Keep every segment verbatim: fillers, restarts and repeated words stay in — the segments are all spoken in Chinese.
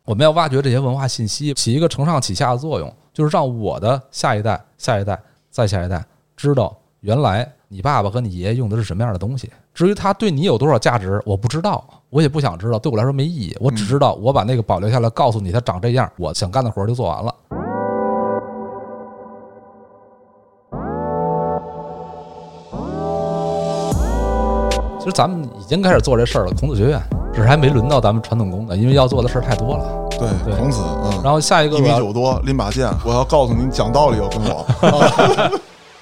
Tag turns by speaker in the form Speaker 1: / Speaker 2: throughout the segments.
Speaker 1: 我们要挖掘这些文化信息，起一个承上启下的作用，就是让我的下一代、下一代、再下一代知道原来你爸爸和你爷爷用的是什么样的东西。至于他对你有多少价值，我不知道，我也不想知道，对我来说没意义。我只知道我把那个保留下来，告诉你他长这样，我想干的活就做完了。其实咱们已经开始做这事儿了，孔子学院只是还没轮到咱们传统工的，因为要做的事儿太多了。
Speaker 2: 对，对孔子，嗯。
Speaker 1: 然后下一个
Speaker 2: 一米九多，拎把剑，我要告诉你讲道理，要跟我。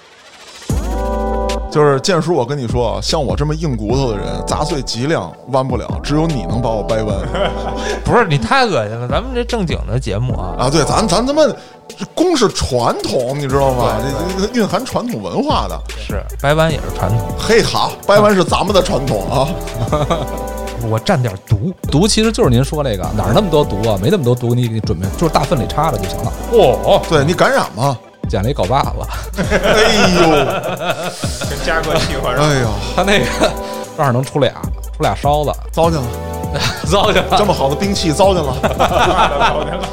Speaker 2: 就是剑叔，我跟你说，像我这么硬骨头的人，砸碎脊梁弯不了，只有你能把我掰弯。
Speaker 3: 不是你太恶心了，咱们这正经的节目啊！
Speaker 2: 啊，对，咱咱咱们公是传统，你知道吗？这这蕴含传统文化的。
Speaker 3: 是掰弯也是传统。
Speaker 2: 嘿哈，掰弯是咱们的传统啊。
Speaker 3: 我蘸点毒，
Speaker 1: 毒其实就是您说那个哪儿那么多毒啊？没那么多毒，你你准备就是大粪里插着就行了。
Speaker 2: 哦，对你感染吗？
Speaker 1: 捡了一镐把子，
Speaker 2: 哎呦，
Speaker 4: 跟嘉哥气话上，
Speaker 2: 哎呦，
Speaker 1: 他那个正好能出俩，出俩烧子，
Speaker 2: 糟践了，
Speaker 1: 糟践了，
Speaker 2: 这么好的兵器糟践了，
Speaker 4: 糟践了。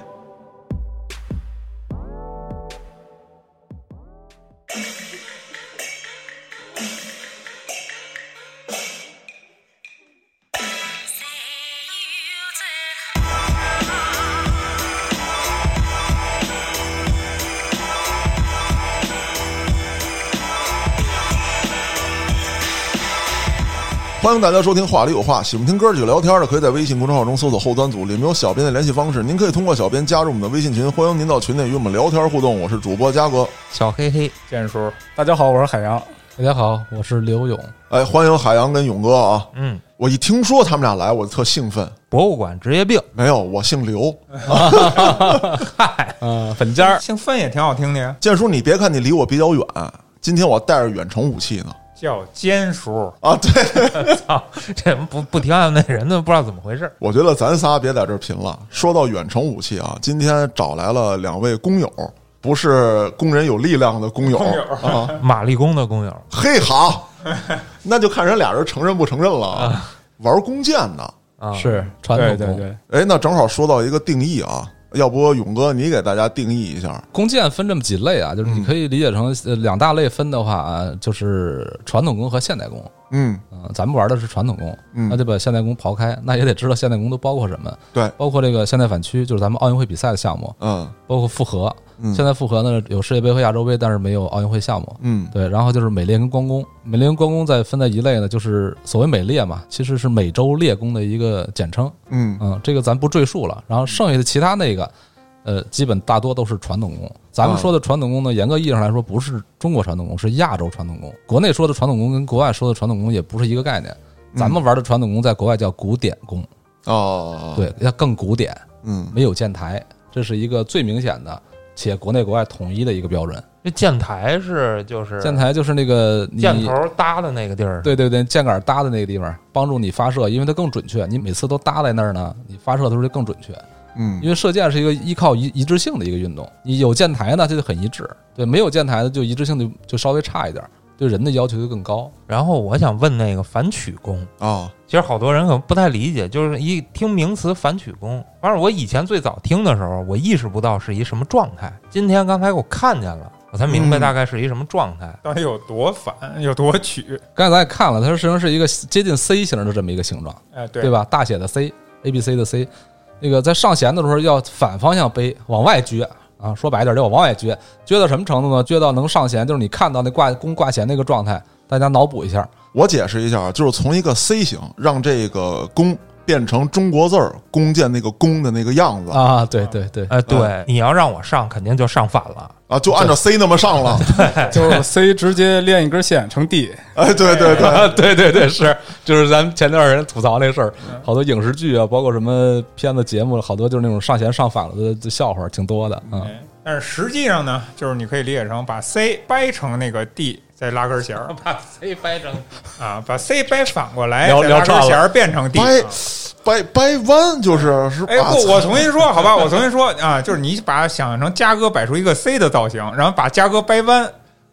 Speaker 2: 欢迎大家收听话里有话，喜欢听哥几个聊天的，可以在微信公众号中搜索后端组，里面有小编的联系方式，您可以通过小编加入我们的微信群，欢迎您到群内与我们聊天互动。我是主播嘉哥，
Speaker 3: 小黑黑，
Speaker 4: 建叔，
Speaker 5: 大家好，我是海洋。
Speaker 1: 大家好，我是刘勇。
Speaker 2: 哎，欢迎海洋跟勇哥啊！
Speaker 3: 嗯，
Speaker 2: 我一听说他们俩来，我就特兴奋。
Speaker 3: 博物馆职业病
Speaker 2: 没有，我姓刘。
Speaker 3: 嗨，
Speaker 1: 嗯，粉尖儿，
Speaker 4: 姓范也挺好听的呀。
Speaker 2: 建叔，你别看你离我比较远，今天我带着远程武器呢。
Speaker 4: 叫坚叔
Speaker 2: 啊，对，
Speaker 3: 操，这不不听案那人都不知道怎么回事。
Speaker 2: 我觉得咱仨别在这儿贫了。说到远程武器啊，今天找来了两位工友，不是工人有力量的工友啊，
Speaker 3: 马立功的工友。
Speaker 2: 嘿，好，那就看人俩人承认不承认了啊。玩弓箭的
Speaker 3: 啊，
Speaker 1: 是传统
Speaker 5: 对对对。
Speaker 2: 哎，那正好说到一个定义啊。要不勇哥你给大家定义一下，
Speaker 1: 弓箭分这么几类啊，就是你可以理解成两大类分的话啊，就是传统弓和现代弓。
Speaker 2: 嗯
Speaker 1: 呃，咱们玩的是传统弓，
Speaker 2: 嗯，
Speaker 1: 那就把现代弓刨开，那也得知道现代弓都包括什么。
Speaker 2: 对，
Speaker 1: 包括这个现代反曲，就是咱们奥运会比赛的项目。
Speaker 2: 嗯，
Speaker 1: 包括复合，
Speaker 2: 嗯，
Speaker 1: 现在复合呢有世界杯和亚洲杯，但是没有奥运会项目。
Speaker 2: 嗯，
Speaker 1: 对，然后就是美列跟光弓，美列跟光弓再分在一类呢，就是所谓美列嘛，其实是美洲列弓的一个简称。
Speaker 2: 嗯
Speaker 1: 嗯，这个咱不赘述了。然后剩下的其他那个。呃，基本大多都是传统弓。咱们说的传统弓呢，严格意义上来说，不是中国传统弓，是亚洲传统弓。国内说的传统弓跟国外说的传统弓也不是一个概念。咱们玩的传统弓在国外叫古典弓。
Speaker 2: 哦，
Speaker 1: 对，要更古典。
Speaker 2: 嗯，
Speaker 1: 没有箭台，这是一个最明显的，且国内国外统一的一个标准。
Speaker 3: 这箭台是就是
Speaker 1: 箭台就是那个
Speaker 3: 箭头搭的那个地儿。
Speaker 1: 对对对，箭杆搭的那个地方，帮助你发射，因为它更准确。你每次都搭在那儿呢，你发射的时候就更准确。
Speaker 2: 嗯，
Speaker 1: 因为射箭是一个依靠一一致性的一个运动，你有箭台呢，这就很一致；对，没有箭台的就一致性就就稍微差一点，对人的要求就更高。
Speaker 3: 然后我想问那个反曲弓
Speaker 2: 啊、哦，
Speaker 3: 其实好多人可能不太理解，就是一听名词反曲弓，反正我以前最早听的时候，我意识不到是一什么状态。今天刚才我看见了，我才明白大概是一什么状态，
Speaker 4: 嗯、到底有多反，有多曲。
Speaker 1: 刚才咱也看了，它实际上是一个接近 C 型的这么一个形状，
Speaker 4: 哎，对，
Speaker 1: 对吧？大写的 C，A B C 的 C。那个在上弦的时候要反方向背，往外撅啊，说白点就往外撅，撅到什么程度呢？撅到能上弦，就是你看到那挂弓挂弦那个状态，大家脑补一下。
Speaker 2: 我解释一下，就是从一个 C 型让这个弓变成中国字儿弓箭那个弓的那个样子
Speaker 1: 啊，对对对，
Speaker 3: 哎，对，嗯、你要让我上，肯定就上反了
Speaker 2: 啊，就按照 C 那么上了，
Speaker 5: 对，就是 C 直接连一根线成 D，
Speaker 2: 哎，对对对
Speaker 1: 对对对，是，就是咱们前段人吐槽那事儿，好多影视剧啊，包括什么片子节目，好多就是那种上弦上反了的的笑话，挺多的，嗯。
Speaker 4: 但是实际上呢，就是你可以理解成把 C 掰成那个 D， 再拉根弦儿，
Speaker 3: 把 C 掰成
Speaker 4: 啊，把 C 掰反过来，再拉根弦儿变成 D。
Speaker 2: 掰掰弯就是是，
Speaker 4: 哎不，我重新说好吧，我重新说啊，就是你把想象成嘉哥摆出一个 C 的造型，然后把嘉哥掰弯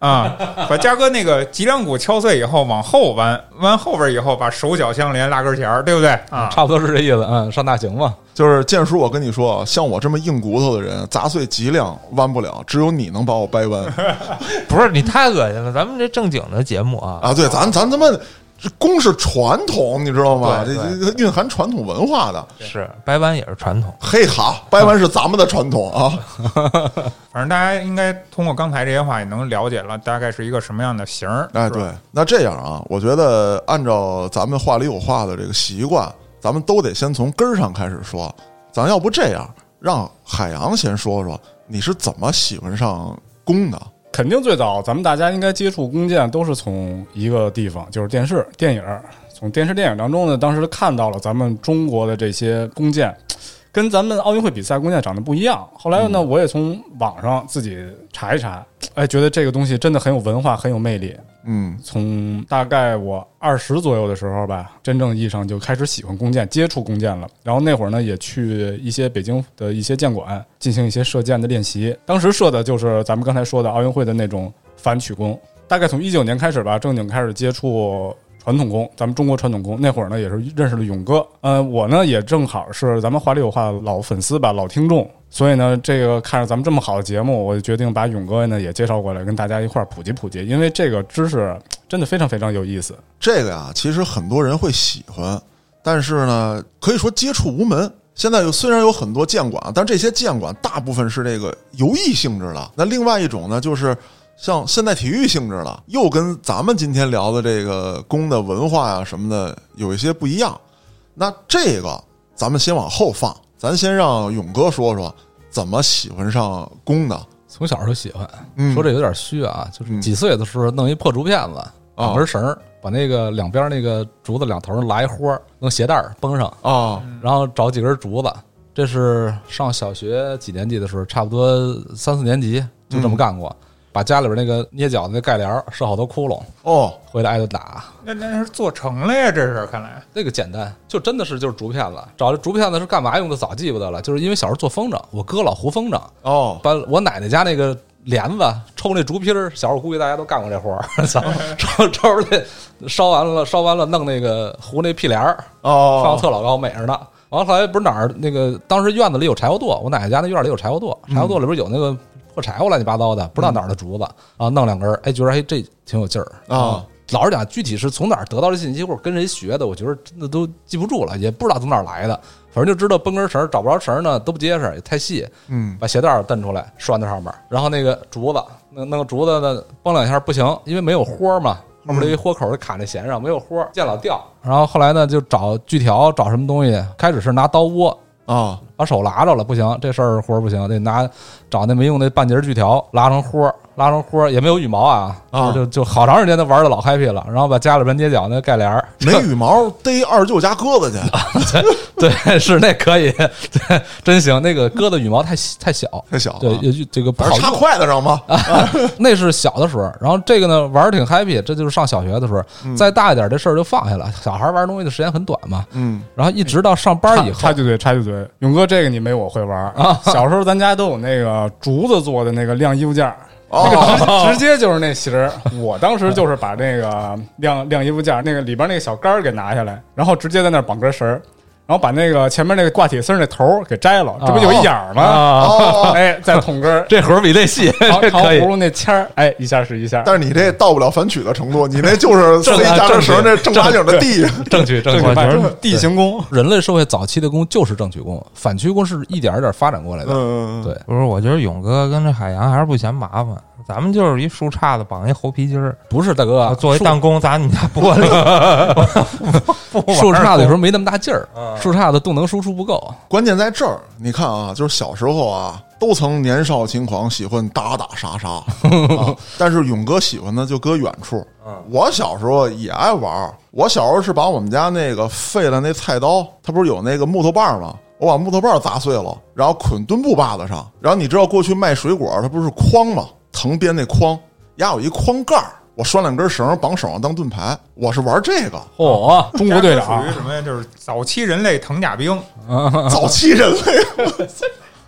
Speaker 4: 啊，把嘉哥那个脊梁骨敲碎以后往后弯，弯后边以后把手脚相连拉根弦儿，对不对啊？
Speaker 1: 差不多是这意思。嗯，上大刑嘛。
Speaker 2: 就是建叔，我跟你说，像我这么硬骨头的人，砸碎脊梁弯不了，只有你能把我掰弯
Speaker 3: 不是你太恶心了，咱们这正经的节目啊
Speaker 2: 啊！对，咱咱他妈这弓是传统，你知道吗？
Speaker 3: 对对
Speaker 2: 这这蕴含传统文化的。
Speaker 3: 是掰弯也是传统。
Speaker 2: 嘿哈，掰弯是咱们的传统啊！
Speaker 4: 反正大家应该通过刚才这些话也能了解了，大概是一个什么样的型儿。
Speaker 2: 哎，对，那这样啊，我觉得按照咱们话里有话的这个习惯，咱们都得先从根儿上开始说。咱要不这样，让海洋先说说你是怎么喜欢上弓的？
Speaker 5: 肯定最早咱们大家应该接触弓箭都是从一个地方，就是电视电影。从电视电影当中呢，当时看到了咱们中国的这些弓箭跟咱们奥运会比赛弓箭长得不一样。后来呢，我也从网上自己查一查，哎，觉得这个东西真的很有文化，很有魅力。
Speaker 2: 嗯，
Speaker 5: 从大概我二十左右的时候吧，真正意义上就开始喜欢弓箭，接触弓箭了。然后那会儿呢，也去一些北京的一些箭馆进行一些射箭的练习。当时射的就是咱们刚才说的奥运会的那种反曲弓。大概从一九年开始吧，正经开始接触传统弓，咱们中国传统弓。那会儿呢，也是认识了勇哥。呃，我呢也正好是咱们话里有话的老粉丝吧，老听众。所以呢，这个看着咱们这么好的节目，我就决定把勇哥呢也介绍过来，跟大家一块儿普及普及。因为这个知识真的非常非常有意思。
Speaker 2: 这个呀，其实很多人会喜欢，但是呢，可以说接触无门。现在有虽然有很多箭馆，但这些箭馆大部分是这个游艺性质的。那另外一种呢，就是像现代体育性质的，又跟咱们今天聊的这个弓的文化呀什么的有一些不一样。那这个咱们先往后放，咱先让勇哥说说怎么喜欢上弓的。
Speaker 1: 从小就喜欢，
Speaker 2: 嗯
Speaker 1: 说这有点虚啊，就是几岁的时候弄一破竹片子，绑根绳儿，把那个两边那个竹子两头拉一豁，用鞋带绷上
Speaker 2: 啊，
Speaker 1: 然后找几根竹子。这是上小学几年级的时候，差不多三四年级就这么干过。把家里边那个捏脚的那盖帘设好多窟窿
Speaker 2: 哦，
Speaker 1: 回来挨顿打。
Speaker 4: 那那是做成了呀，这是看来
Speaker 1: 那个简单，就真的是就是竹片子。找这竹片子是干嘛用的，早记不得了。就是因为小时候做风筝，我哥老胡风筝
Speaker 2: 哦，
Speaker 1: 把我奶奶家那个帘子抽那竹皮儿，小时候估计大家都干过这活儿。抽抽出来烧完了，烧完了弄那个糊那屁帘儿
Speaker 2: 哦，
Speaker 1: 放特老高美着呢。完了后来不是哪儿那个当时院子里有柴火垛，我奶奶家那院里有柴火垛，柴火垛里边有那个破柴火乱七八糟的，不知道哪儿的竹子啊，弄两根，哎，觉得哎这挺有劲儿啊。老实讲，具体是从哪儿得到的信息或者跟谁学的，我觉得真的都记不住了，也不知道从哪儿来的。反正就知道绷根绳，找不着绳呢都不结实，也太细。
Speaker 2: 嗯，
Speaker 1: 把鞋带蹬出来拴在上面，然后那个竹子，那那个竹子呢绷两下不行，因为没有豁嘛，后面这一豁口就卡那弦上，没有豁，箭老掉。然后后来呢就找锯条，找什么东西，开始是拿刀窝
Speaker 2: 啊，
Speaker 1: 把手拉着了，不行，这事儿活不行，得拿找那没用那半截锯条拉成豁，拉成豁也没有羽毛啊，
Speaker 2: 啊
Speaker 1: 就就好长时间都玩的老 happy 了。然后把家里边捏脚那盖帘儿，
Speaker 2: 没羽毛逮二舅家鸽子去，
Speaker 1: 对，是那可以，对，真行。那个鸽子羽毛太太小，
Speaker 2: 太小了，
Speaker 1: 对，也这个不好
Speaker 2: 反正插筷子上嘛。
Speaker 1: 啊，那是小的时候。然后这个呢玩的挺 happy，这就是上小学的时候。
Speaker 2: 嗯、
Speaker 1: 再大一点，这事儿就放下了。小孩玩东西的时间很短嘛，
Speaker 2: 嗯。
Speaker 1: 然后一直到上班以后，
Speaker 5: 插句嘴，插句嘴，勇哥，这个你没我会玩啊。小时候咱家都有那个竹子做的那个晾衣服架。那个直直接就是那型儿，我当时就是把那个晾晾衣服架那个里边那个小杆儿给拿下来，然后直接在那儿绑根绳儿，然后把那个前面那个挂铁丝那头给摘了，这不有一眼吗？
Speaker 1: 哦、
Speaker 5: 哎，再捅根儿，
Speaker 1: 这活比这细，这可以。
Speaker 5: 葫芦那签儿，哎，一下是一下。
Speaker 2: 但是你这到不了反曲的程度，你那就是塞加根绳，那正八经的地，
Speaker 1: 正曲正
Speaker 5: 曲，地形弓。
Speaker 1: 人类社会早期的弓就是正曲弓，反曲弓是一点一点发展过来的。
Speaker 2: 嗯，
Speaker 1: 对，
Speaker 3: 不是，我觉得勇哥跟这海洋还是不嫌麻烦。咱们就是一树杈子绑一猴皮筋儿，
Speaker 1: 不是大哥，
Speaker 3: 作为弹弓砸你家玻璃。
Speaker 1: 树杈子有时候没那么大劲儿，树杈子动能输出不够。
Speaker 2: 关键在这儿，你看啊，就是小时候啊，都曾年少轻狂，喜欢打打杀杀、啊，但是勇哥喜欢的就搁远处。我小时候也爱玩，我小时候是把我们家那个废了那菜刀，它不是有那个木头棒吗？我把木头棒砸碎了，然后捆墩布把子上。然后你知道过去卖水果，它不是筐吗？藤编那筐，压有一筐盖儿，我拴两根绳绑手上当盾牌。我是玩这个。
Speaker 1: 嚯、哦，
Speaker 5: 中国队长
Speaker 4: 属于什么呀？就是早期人类藤甲兵，
Speaker 2: 早期人类。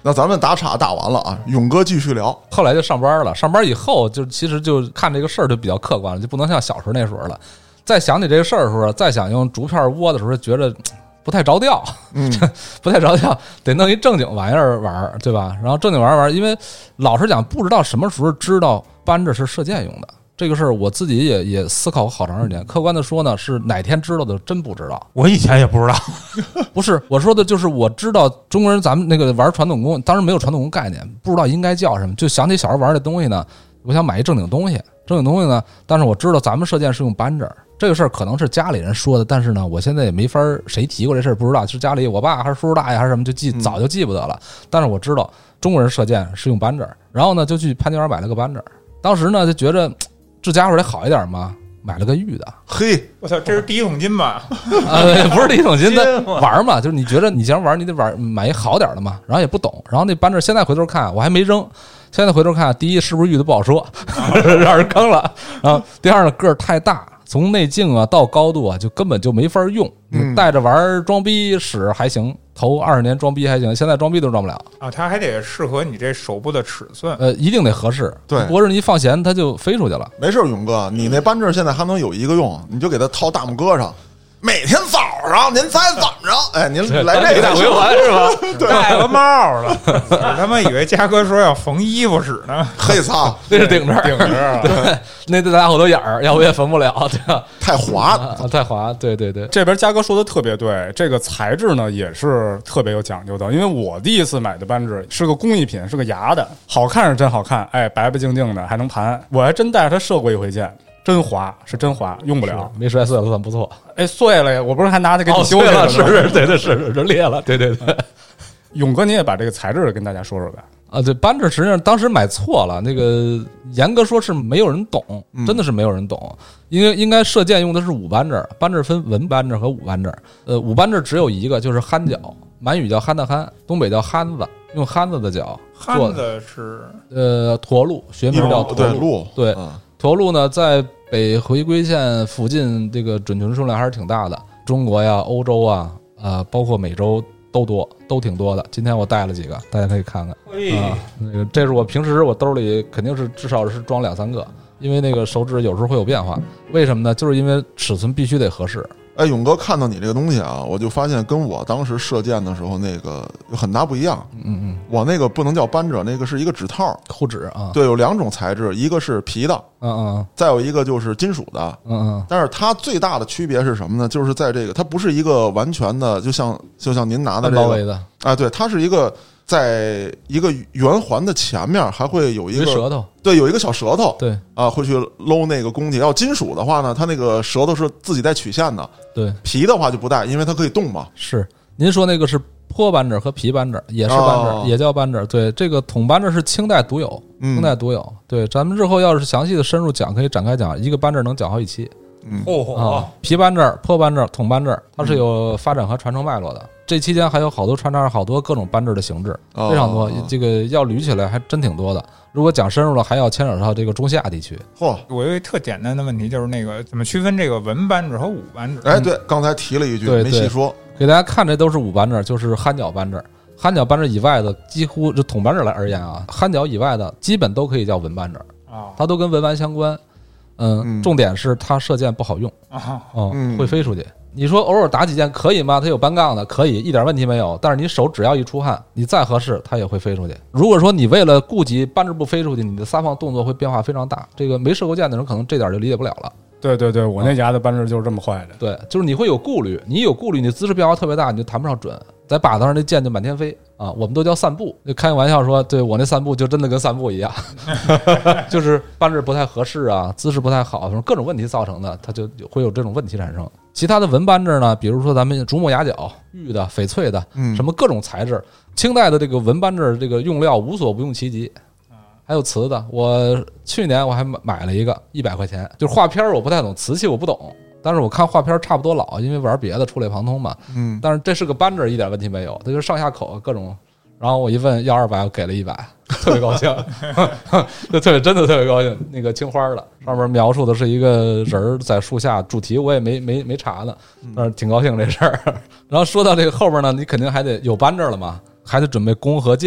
Speaker 2: 那咱们打岔打完了啊，勇哥继续聊。
Speaker 1: 后来就上班了，上班以后就其实就看这个事儿就比较客观了，就不能像小时候那时候了。再想起这个事儿的时候，再想用竹片窝的时候，觉得不太着调，
Speaker 2: 嗯，
Speaker 1: 不太着调，得弄一正经玩意儿玩，对吧？然后正经玩意儿玩，因为老实讲，不知道什么时候知道扳指是射箭用的。这个事儿我自己也也思考过好长时间。客观的说呢，是哪天知道的，真不知道。
Speaker 3: 我以前也不知道，
Speaker 1: 不是我说的，就是我知道中国人咱们那个玩传统工，当时没有传统工概念，不知道应该叫什么，就想起小时候玩的东西呢，我想买一正经东西，正经东西呢，但是我知道咱们射箭是用扳指，这个事儿可能是家里人说的，但是呢，我现在也没法谁提过这事儿，不知道是家里我爸还是叔叔大爷还是什么，就记早就记不得了。但是我知道中国人射箭是用扳指，然后呢就去潘家园买了个扳指，当时呢就觉着。这家伙得好一点嘛，买了个玉的。
Speaker 2: 嘿，
Speaker 4: 我操，这是第一桶金吧？
Speaker 1: 啊，不是第一桶金的玩嘛，就是你觉得你既然玩，你得玩买一好点的嘛。然后也不懂，然后那扳指现在回头看，我还没扔。现在回头看，第一是不是玉的不好说，让人坑了。然后第二呢，个儿太大，从内径啊到高度啊，就根本就没法用。你带着玩装逼使还行。头二十年装逼还行，现在装逼都装不了
Speaker 4: 啊！它还得适合你这手部的尺寸，
Speaker 1: 呃，一定得合适。
Speaker 2: 对，
Speaker 1: 脖子一放弦，它就飞出去了。
Speaker 2: 没事，勇哥，你那扳指现在还能有一个用，你就给它套大拇哥上。每天早上，您猜怎么着？哎，您来这个
Speaker 1: 回环是吧？
Speaker 3: 戴个帽了，
Speaker 4: 我他妈以为嘉哥说要缝衣服使呢。
Speaker 2: 嘿操，
Speaker 1: 那是顶着
Speaker 5: 顶着，
Speaker 1: 对，那得打好多眼儿，要不也缝不了，对吧？
Speaker 2: 太滑，
Speaker 1: 啊，太滑，对对对。
Speaker 5: 这边嘉哥说的特别对，这个材质呢也是特别有讲究的。因为我第一次买的扳指是个工艺品，是个牙的，好看是真好看，哎，白白净净的，还能盘。我还真带着它射过一回箭。真滑是真滑，用不了，
Speaker 1: 没摔碎了算不错。
Speaker 5: 哎，碎了呀！我不是还拿它给你修
Speaker 1: 了、哦、是是，对对是是裂了，对对对。
Speaker 5: 勇哥，你也把这个材质跟大家说说呗。
Speaker 1: 啊，对，扳指实际上当时买错了，那个严格说是没有人懂，真的是没有人懂。因为应该射箭用的是武扳指，扳指分文扳指和武扳指。呃，武扳指只有一个，就是憨角，满语叫憨的憨，东北叫憨子，用憨子的角做的。
Speaker 4: 憨子是
Speaker 1: 呃驼鹿，学名叫驼
Speaker 2: 鹿，
Speaker 1: 对。驼鹿呢，在北回归线附近，这个准群数量还是挺大的。中国呀、欧洲啊，呃，包括美洲都多，都挺多的。今天我带了几个，大家可以看看啊。那个，这是我平时我兜里肯定是至少是装两三个，因为那个手指有时候会有变化。为什么呢？就是因为尺寸必须得合适。
Speaker 2: 哎，勇哥看到你这个东西啊，我就发现跟我当时射箭的时候那个有很大不一样。
Speaker 1: 嗯嗯，
Speaker 2: 我那个不能叫扳指，那个是一个指套，
Speaker 1: 护指啊。
Speaker 2: 对，有两种材质，一个是皮的，
Speaker 1: 嗯嗯，
Speaker 2: 再有一个就是金属的，
Speaker 1: 嗯嗯。
Speaker 2: 但是它最大的区别是什么呢？就是在这个，它不是一个完全的，就像就像您拿的这个，
Speaker 1: 包围的，
Speaker 2: 哎，对，它是一个。在一个圆环的前面还会有一个
Speaker 1: 舌头，
Speaker 2: 对，有一个小舌头，
Speaker 1: 对
Speaker 2: 啊，会去搂那个弓箭。要金属的话呢，它那个舌头是自己带曲线的，
Speaker 1: 对，
Speaker 2: 皮的话就不带，因为它可以动嘛。
Speaker 1: 是，您说那个是坡扳指和皮扳指，也是扳指，
Speaker 2: 哦、
Speaker 1: 也叫扳指。对，这个筒扳指是清代独有，清代独有。嗯、对，咱们日后要是详细的深入讲，可以展开讲，一个扳指能讲好几期。
Speaker 2: 嗯，
Speaker 3: 哦
Speaker 1: 啊，皮扳指、坡扳指、筒扳指，它是有发展和传承脉络的。这期间还有好多穿插好多各种扳指的形制，非常多。这个要捋起来还真挺多的。如果讲深入了，还要牵扯到这个中西亚地区。
Speaker 2: 嚯！
Speaker 4: 我有一个特简单的问题，就是那个怎么区分这个文扳指和武扳指？
Speaker 2: 哎，对，刚才提了一句，
Speaker 1: 对
Speaker 2: 没细说。
Speaker 1: 给大家看，这都是武扳指，就是憨角扳指。憨角扳指以外的，几乎就筒扳指来而言啊，憨角以外的基本都可以叫文扳指啊，它都跟文玩相关。嗯，重点是它射箭不好用啊，嗯，会飞出去。你说偶尔打几箭可以吗？它有扳杠的，可以，一点问题没有。但是你手只要一出汗，你再合适，它也会飞出去。如果说你为了顾及扳指不飞出去，你的撒放动作会变化非常大。这个没射过箭的人可能这点就理解不了了。
Speaker 5: 对对对，我那家的扳指就是这么坏的。
Speaker 1: 对，就是你会有顾虑，你有顾虑，你姿势变化特别大，你就弹不上准，在靶子上那箭就满天飞啊。我们都叫散步，就开个玩笑说，对我那散步就真的跟散步一样，就是扳指不太合适啊，姿势不太好，各种问题造成的，它就会有这种问题产生。其他的文扳指呢，比如说咱们竹木牙角、玉的、翡翠的，什么各种材质，清代的这个文扳指这个用料无所不用其极。还有瓷的，我去年我还买了一个一百块钱，就是画片我不太懂，瓷器我不懂，但是我看画片差不多老，因为玩别的触类旁通嘛。嗯，但是这是个扳指，一点问题没有，它就是上下口各种。然后我一问要二百，我给了一百，特别高兴，就特别真的特别高兴。那个青花的，上面描述的是一个人在树下，主题我也没没没查呢，但是挺高兴这事儿。然后说到这个后边呢，你肯定还得有扳指了嘛，还得准备弓和箭。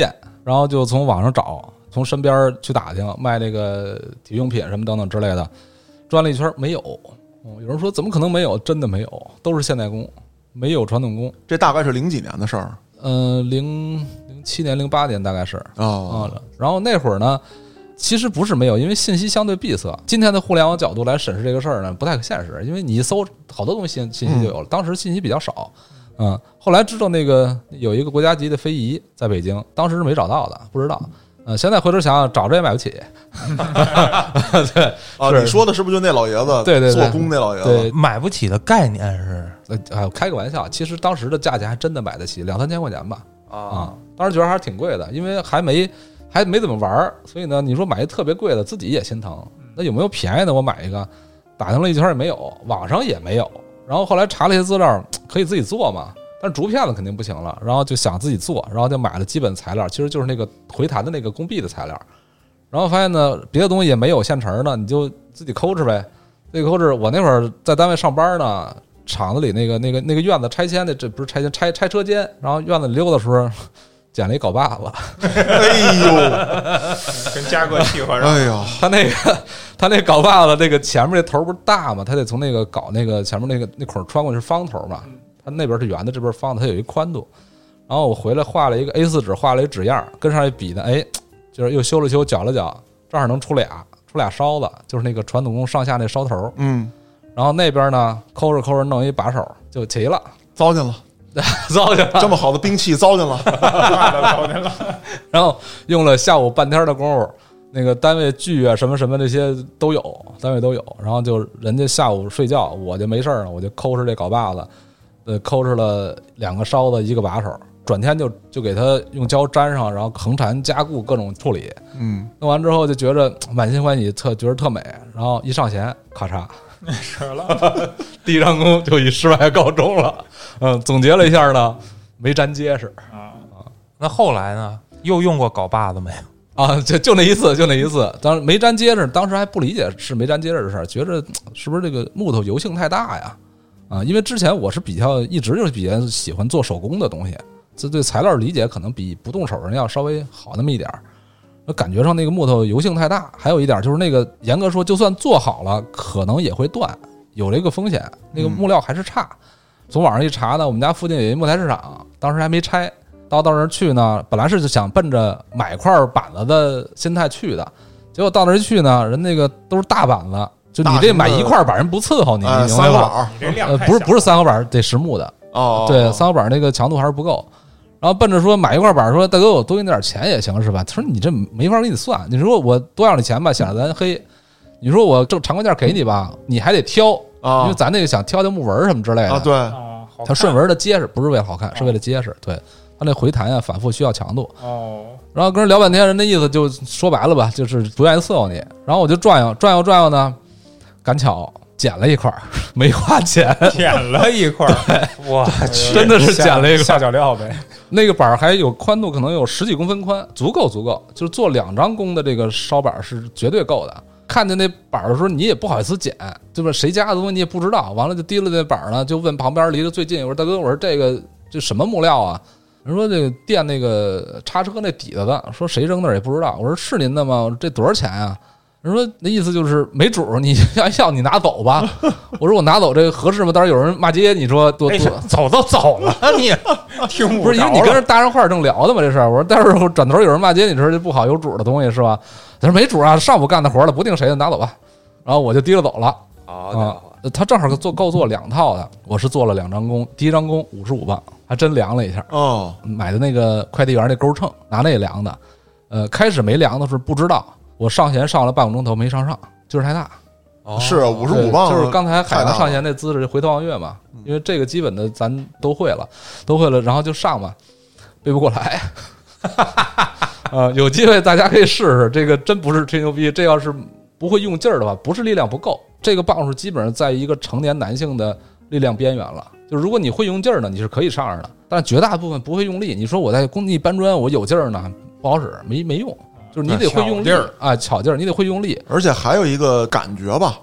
Speaker 1: 然后就从网上找，从身边去打听卖那个体育用品什么等等之类的，转了一圈没有。哦，有人说怎么可能没有？真的没有，都是现代工，没有传统工。
Speaker 2: 这大概是零几年的事儿。
Speaker 1: 呃，零零七年、零八年大概是
Speaker 2: 哦、
Speaker 1: 嗯。然后那会儿呢，其实不是没有，因为信息相对闭塞。今天的互联网角度来审视这个事儿呢，不太现实，因为你一搜好多东西信息就有了。当时信息比较少，嗯。后来知道那个有一个国家级的非遗在北京，当时是没找到的，不知道。呃，现在回头想想，找着也买不起。对
Speaker 2: 啊，你说的是不是就那老爷子？
Speaker 1: 对对对，
Speaker 2: 做工那老爷子。
Speaker 1: 对，
Speaker 3: 买不起的概念是，
Speaker 1: 呃，开个玩笑，其实当时的价钱还真的买得起，两三千块钱吧。
Speaker 3: 啊，
Speaker 1: 啊，当时觉得还是挺贵的，因为还没还没怎么玩儿，所以呢，你说买一特别贵的，自己也心疼。那有没有便宜的？我买一个，打听了一圈也没有，网上也没有。然后后来查了一些资料，可以自己做嘛。但是竹片子肯定不行了，然后就想自己做，然后就买了基本材料，其实就是那个回弹的那个工壁的材料，然后发现呢，别的东西也没有现成的，你就自己抠哧呗，自己抠哧。我那会儿在单位上班呢，厂子里那个那个那个院子拆迁的，这不是拆迁拆拆车间，然后院子里溜达的时候，捡了一镐把子，
Speaker 2: 哎呦，
Speaker 4: 跟嘉哥契合上。
Speaker 2: 哎呀，
Speaker 1: 他那个他那镐把子那个前面那头不是大嘛，他得从那个镐那个前面那个那孔穿过去是方头嘛。它那边是圆的，这边方的，它有一宽度。然后我回来画了一个 A 四 纸，画了一纸样，跟上一比呢，哎，就是又修了修，绞了绞，正好能出俩，出俩烧子，就是那个传统工上下那烧头。
Speaker 2: 嗯，
Speaker 1: 然后那边呢，抠着抠着弄一把手就齐了，
Speaker 2: 糟践了，
Speaker 1: 糟践了，
Speaker 2: 这么好的兵器糟践了，
Speaker 4: 糟践了。
Speaker 1: 然后用了下午半天的功夫，那个单位剧啊什么什么这些都有，单位都有。然后就人家下午睡觉，我就没事了，我就抠着这镐把子。呃，抠出了两个烧子，一个把手，转天就就给它用胶粘上，然后横缠加固各种处理。
Speaker 2: 嗯，
Speaker 1: 弄完之后就觉着满心欢喜，特觉得特美。然后一上弦，咔嚓，
Speaker 4: 折了。
Speaker 1: 第一张工就以失败告终了。嗯，总结了一下呢，没粘结实
Speaker 4: 啊。
Speaker 3: 那后来呢？又用过镐把子没有？
Speaker 1: 啊，就就那一次，就那一次，当时没粘结实，当时还不理解是没粘结实的事儿，觉着是不是这个木头油性太大呀？啊，因为之前我是比较一直就是比较喜欢做手工的东西，这对材料理解可能比不动手人要稍微好那么一点儿。感觉上那个木头油性太大，还有一点就是那个严格说，就算做好了，可能也会断，有这个风险。那个木料还是差。从网上一查呢，我们家附近有一木材市场，当时还没拆，到到那儿去呢，本来是想奔着买块板子的心态去的，结果到那儿一去呢，人那个都是大板子。就你这买一块板人不伺候你，
Speaker 2: 哎、
Speaker 1: 你明白
Speaker 2: 吧？
Speaker 4: 你这量
Speaker 1: 呃，不是不是三合板，得实木的
Speaker 2: 哦。
Speaker 1: 对，三合板那个强度还是不够。然后奔着说买一块板，说大哥我多给你点钱也行是吧？他说你这没法给你算，你说我多要你钱吧，显得咱黑；你说我正常规件给你吧，你还得挑，
Speaker 2: 啊、
Speaker 1: 因为咱那个想挑挑木纹什么之类的
Speaker 2: 啊。对，
Speaker 4: 啊、
Speaker 1: 它顺纹的结实，不是为了好看，是为了结实。对，它那回弹呀，反复需要强度。
Speaker 4: 哦。
Speaker 1: 然后跟人聊半天，人的意思就说白了吧，就是不愿意伺候你。然后我就转悠转悠转悠呢。赶巧捡了一块，没花钱，
Speaker 4: 捡了一块，
Speaker 3: 哇，
Speaker 1: 真的是捡了一块
Speaker 5: 下脚料呗。
Speaker 1: 那个板还有宽度，可能有十几公分宽，足够足够，就是做两张工的这个烧板是绝对够的。看见那板的时候，你也不好意思捡，对吧？谁家的东西你也不知道，完了就提了那板呢，就问旁边离得最近，我说大哥，我说这个这什么木料啊？人说这个垫那个叉车那底子的，说谁扔那儿也不知道。我说是您的吗？我说这多少钱啊？人说那意思就是没主，你要要你拿走吧。我说我拿走这个合适吗？到时候有人骂街，你说多多
Speaker 3: 走都走了，你
Speaker 4: 听
Speaker 1: 不是因为你跟人搭上话正聊的嘛这事儿。我说待会儿转头有人骂街，你说这不好有主的东西是吧？他说没主啊，上午干的活了，不定谁的，拿走吧。然后我就提了走了。啊，他正好做够做两套的，我是做了两张工，第一张工五十五磅，还真量了一下。
Speaker 2: 哦，
Speaker 1: 买的那个快递员那钩秤，拿那量的。呃，开始没量的时候不知道。我上弦上了半个钟头没上上，劲儿太大。
Speaker 2: 哦、是五十五磅，
Speaker 1: 就是刚才海洋上弦那姿势回头望月嘛，因为这个基本的咱都会了，都会了，然后就上嘛，背不过来。呃，有机会大家可以试试，这个真不是吹牛逼，这要是不会用劲儿的话，不是力量不够，这个磅数基本上在一个成年男性的力量边缘了。就如果你会用劲儿呢，你是可以上上的，但是绝大部分不会用力。你说我在工地搬砖，我有劲儿呢，不好使，没没用。就是你得会用力啊，巧劲儿，你得会用力，
Speaker 2: 而且还有一个感觉吧，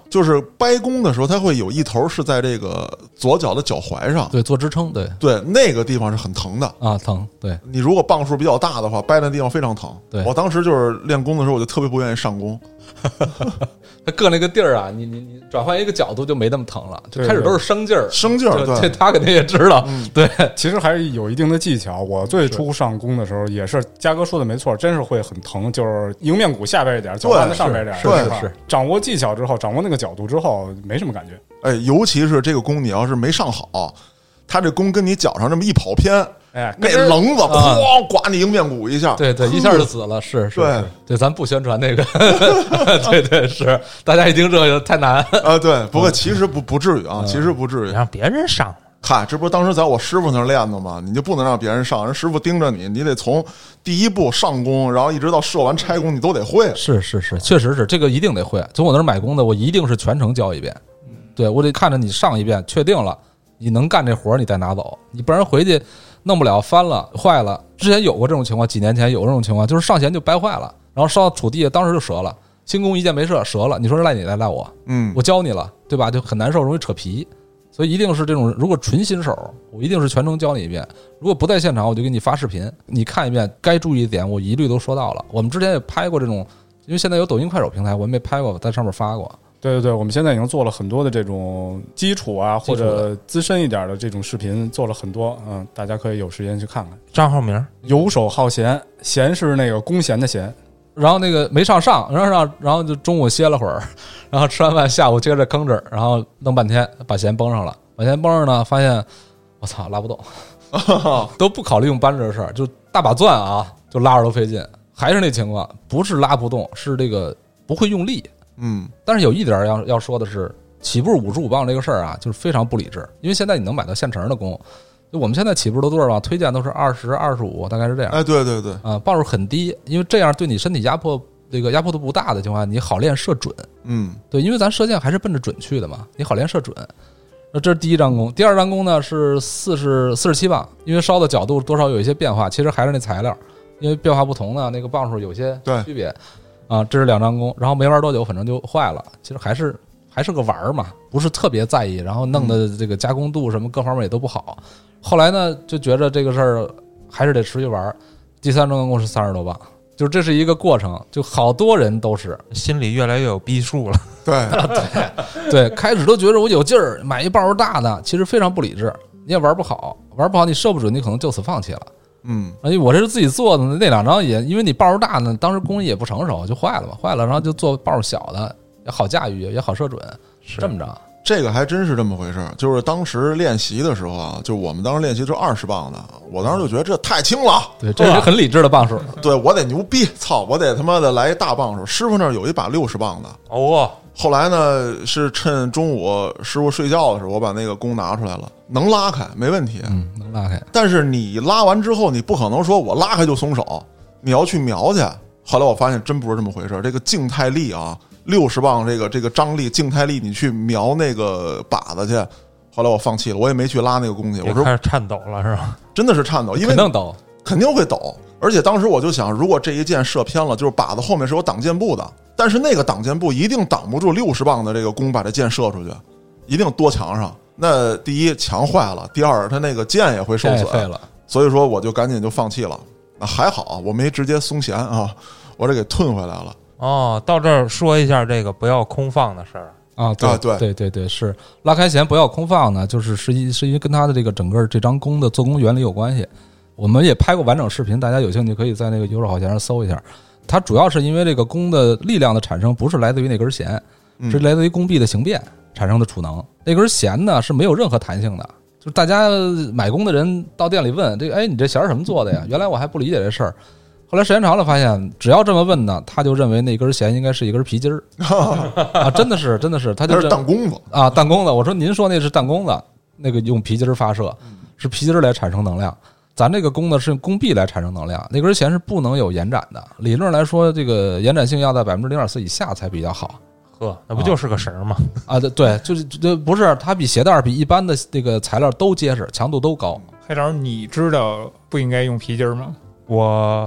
Speaker 2: 就是掰弓的时候，它会有一头是在这个左脚的脚踝上，
Speaker 1: 对，做支撑，对
Speaker 2: 对，那个地方是很疼的
Speaker 1: 啊，疼，对
Speaker 2: 你如果磅数比较大的话，掰那地方非常疼。
Speaker 1: 对，
Speaker 2: 我当时就是练弓的时候，我就特别不愿意上弓。
Speaker 1: 他硌那个地儿啊，你你你转换一个角度就没那么疼了，就开始都是生劲儿，
Speaker 2: 生劲儿，对，
Speaker 1: 这他肯定也知道，
Speaker 2: 嗯、
Speaker 1: 对，
Speaker 5: 其实还是有一定的技巧。我最初上弓的时候，也是嘉哥说的没错，真是会很疼，就是迎面骨下边一点，脚腕子上边一点，
Speaker 1: 是是是。
Speaker 5: 掌握技巧之后，掌握那个角度之后，没什么感觉。
Speaker 2: 哎，尤其是这个弓，你要是没上好，他这弓跟你脚上这么一跑偏。
Speaker 5: 哎，
Speaker 2: 那棱子哐刮你迎面骨一下，
Speaker 1: 对对，一下就死了，是是，
Speaker 2: 对
Speaker 1: 对，咱不宣传那个，对对是，大家一听这个太难
Speaker 2: 啊，对，不过其实不不至于啊，其实不至于，
Speaker 3: 让别人上。
Speaker 2: 嗨，这不是当时在我师傅那儿练的吗？你就不能让别人上，人师傅盯着你，你得从第一步上弓，然后一直到射完拆弓，你都得会。
Speaker 1: 是是是，确实是这个一定得会。从我那儿买弓的，我一定是全程教一遍，对我得看着你上一遍，确定了你能干这活儿，你再拿走，你不然回去。弄不了，翻了，坏了。之前有过这种情况，几年前有这种情况，就是上弦就掰坏了，然后烧到杵地下，当时就折了。轻弓一箭没射，折了。你说是赖你来赖我？
Speaker 2: 嗯，
Speaker 1: 我教你了，对吧？就很难受，容易扯皮。所以一定是这种，如果纯新手，我一定是全程教你一遍。如果不在现场，我就给你发视频，你看一遍，该注意的点我一律都说到了。我们之前也拍过这种，因为现在有抖音、快手平台，我们也拍过，在上面发过。
Speaker 5: 对对对，我们现在已经做了很多的这种基础啊，或者资深一点的这种视频，做了很多，嗯，大家可以有时间去看看。
Speaker 3: 账号名
Speaker 5: 游手好闲，闲是那个弓弦的弦，
Speaker 1: 然后那个没上上，然后上，然后就中午歇了会儿，然后吃完饭下午接着吭哧，然后弄半天把弦绷上了，把弦绷上呢，发现我操拉不动，都不考虑用扳这事儿，就大把钻啊，就拉着都费劲，还是那情况，不是拉不动，是这个不会用力。
Speaker 2: 嗯，
Speaker 1: 但是有一点要要说的是，起步五十五磅这个事儿啊，就是非常不理智。因为现在你能买到现成的弓，就我们现在起步都多少磅？推荐都是二十二十五，大概是这样。
Speaker 2: 哎，对对对，
Speaker 1: 啊，磅数很低，因为这样对你身体压迫这个压迫度不大的情况下，你好练射准。
Speaker 2: 嗯，
Speaker 1: 对，因为咱射箭还是奔着准去的嘛，你好练射准。那这是第一张弓，第二张弓呢是四十四十七磅，因为烧的角度多少有一些变化，其实还是那材料，因为变化不同呢，那个磅数有些区别。啊，这是两张弓，然后没玩多久，反正就坏了。其实还是还是个玩儿嘛，不是特别在意，然后弄的这个加工度什么各方面也都不好。后来呢，就觉着这个事儿还是得持续玩。第三张弓是三十多磅，就这是一个过程，就好多人都是
Speaker 3: 心里越来越有逼数了。
Speaker 2: 对
Speaker 1: 对对，开始都觉得我有劲儿，买一磅数大的，其实非常不理智，你也玩不好，玩不好你射不准，你可能就此放弃了。
Speaker 2: 嗯，
Speaker 1: 因为我这是自己做的，那两张也因为你磅数大呢，当时工艺也不成熟，就坏了嘛，坏了，然后就做磅数小的，也好驾驭，也好射准，是这么着。
Speaker 2: 这个还真是这么回事儿。就是当时练习的时候啊，就我们当时练习就二十磅的，我当时就觉得这太轻了，
Speaker 1: 对，这是很理智的磅数。
Speaker 2: 对我得牛逼，操，我得他妈的来一大磅数。师傅那儿有一把六十磅的
Speaker 3: 哦。
Speaker 2: 后来呢，是趁中午师傅睡觉的时候，我把那个弓拿出来了，能拉开，没问题，
Speaker 1: 嗯，能拉开。
Speaker 2: 但是你拉完之后，你不可能说我拉开就松手，你要去瞄去。后来我发现真不是这么回事，这个静态力啊，六十磅这个这个张力、静态力，你去瞄那个靶子去。后来我放弃了，我也没去拉那个弓去。我说
Speaker 3: 开始颤抖了是吧？
Speaker 2: 真的是颤抖，因为
Speaker 1: 肯定抖，
Speaker 2: 肯定会抖。而且当时我就想，如果这一箭射偏了，就是靶子后面是有挡箭步的。但是那个挡箭步一定挡不住六十磅的这个弓把这箭射出去，一定多墙上。那第一墙坏了，第二它那个箭也会受损，所以说我就赶紧就放弃了。那还好我没直接松弦啊，我这给吞回来了。
Speaker 3: 哦，到这儿说一下这个不要空放的事儿
Speaker 1: 啊，对、啊、对对对对，是拉开弦不要空放呢，就是是一是因为跟它的这个整个这张弓的做工原理有关系。我们也拍过完整视频，大家有兴趣可以在那个游手好闲上搜一下。它主要是因为这个弓的力量的产生不是来自于那根弦，是来自于弓臂的形变产生的储能。那根弦呢是没有任何弹性的，就是大家买弓的人到店里问这个，哎，你这弦是什么做的呀？原来我还不理解这事儿，后来时间长了发现，只要这么问呢，他就认为那根弦应该是一根皮筋儿啊，真的是真的是，他就是
Speaker 2: 弹弓子
Speaker 1: 啊，弹弓子。我说您说那是弹弓子，那个用皮筋儿发射，是皮筋儿来产生能量。咱这个弓呢是用弓臂来产生能量，那根弦是不能有延展的。理论来说，这个延展性要在百分之零点四以下才比较好。
Speaker 3: 呵，那不就是个绳吗？
Speaker 1: 啊，对对，就是就不是它比鞋带比一般的这个材料都结实，强度都高。
Speaker 4: 黑老师，你知道不应该用皮筋吗？
Speaker 3: 我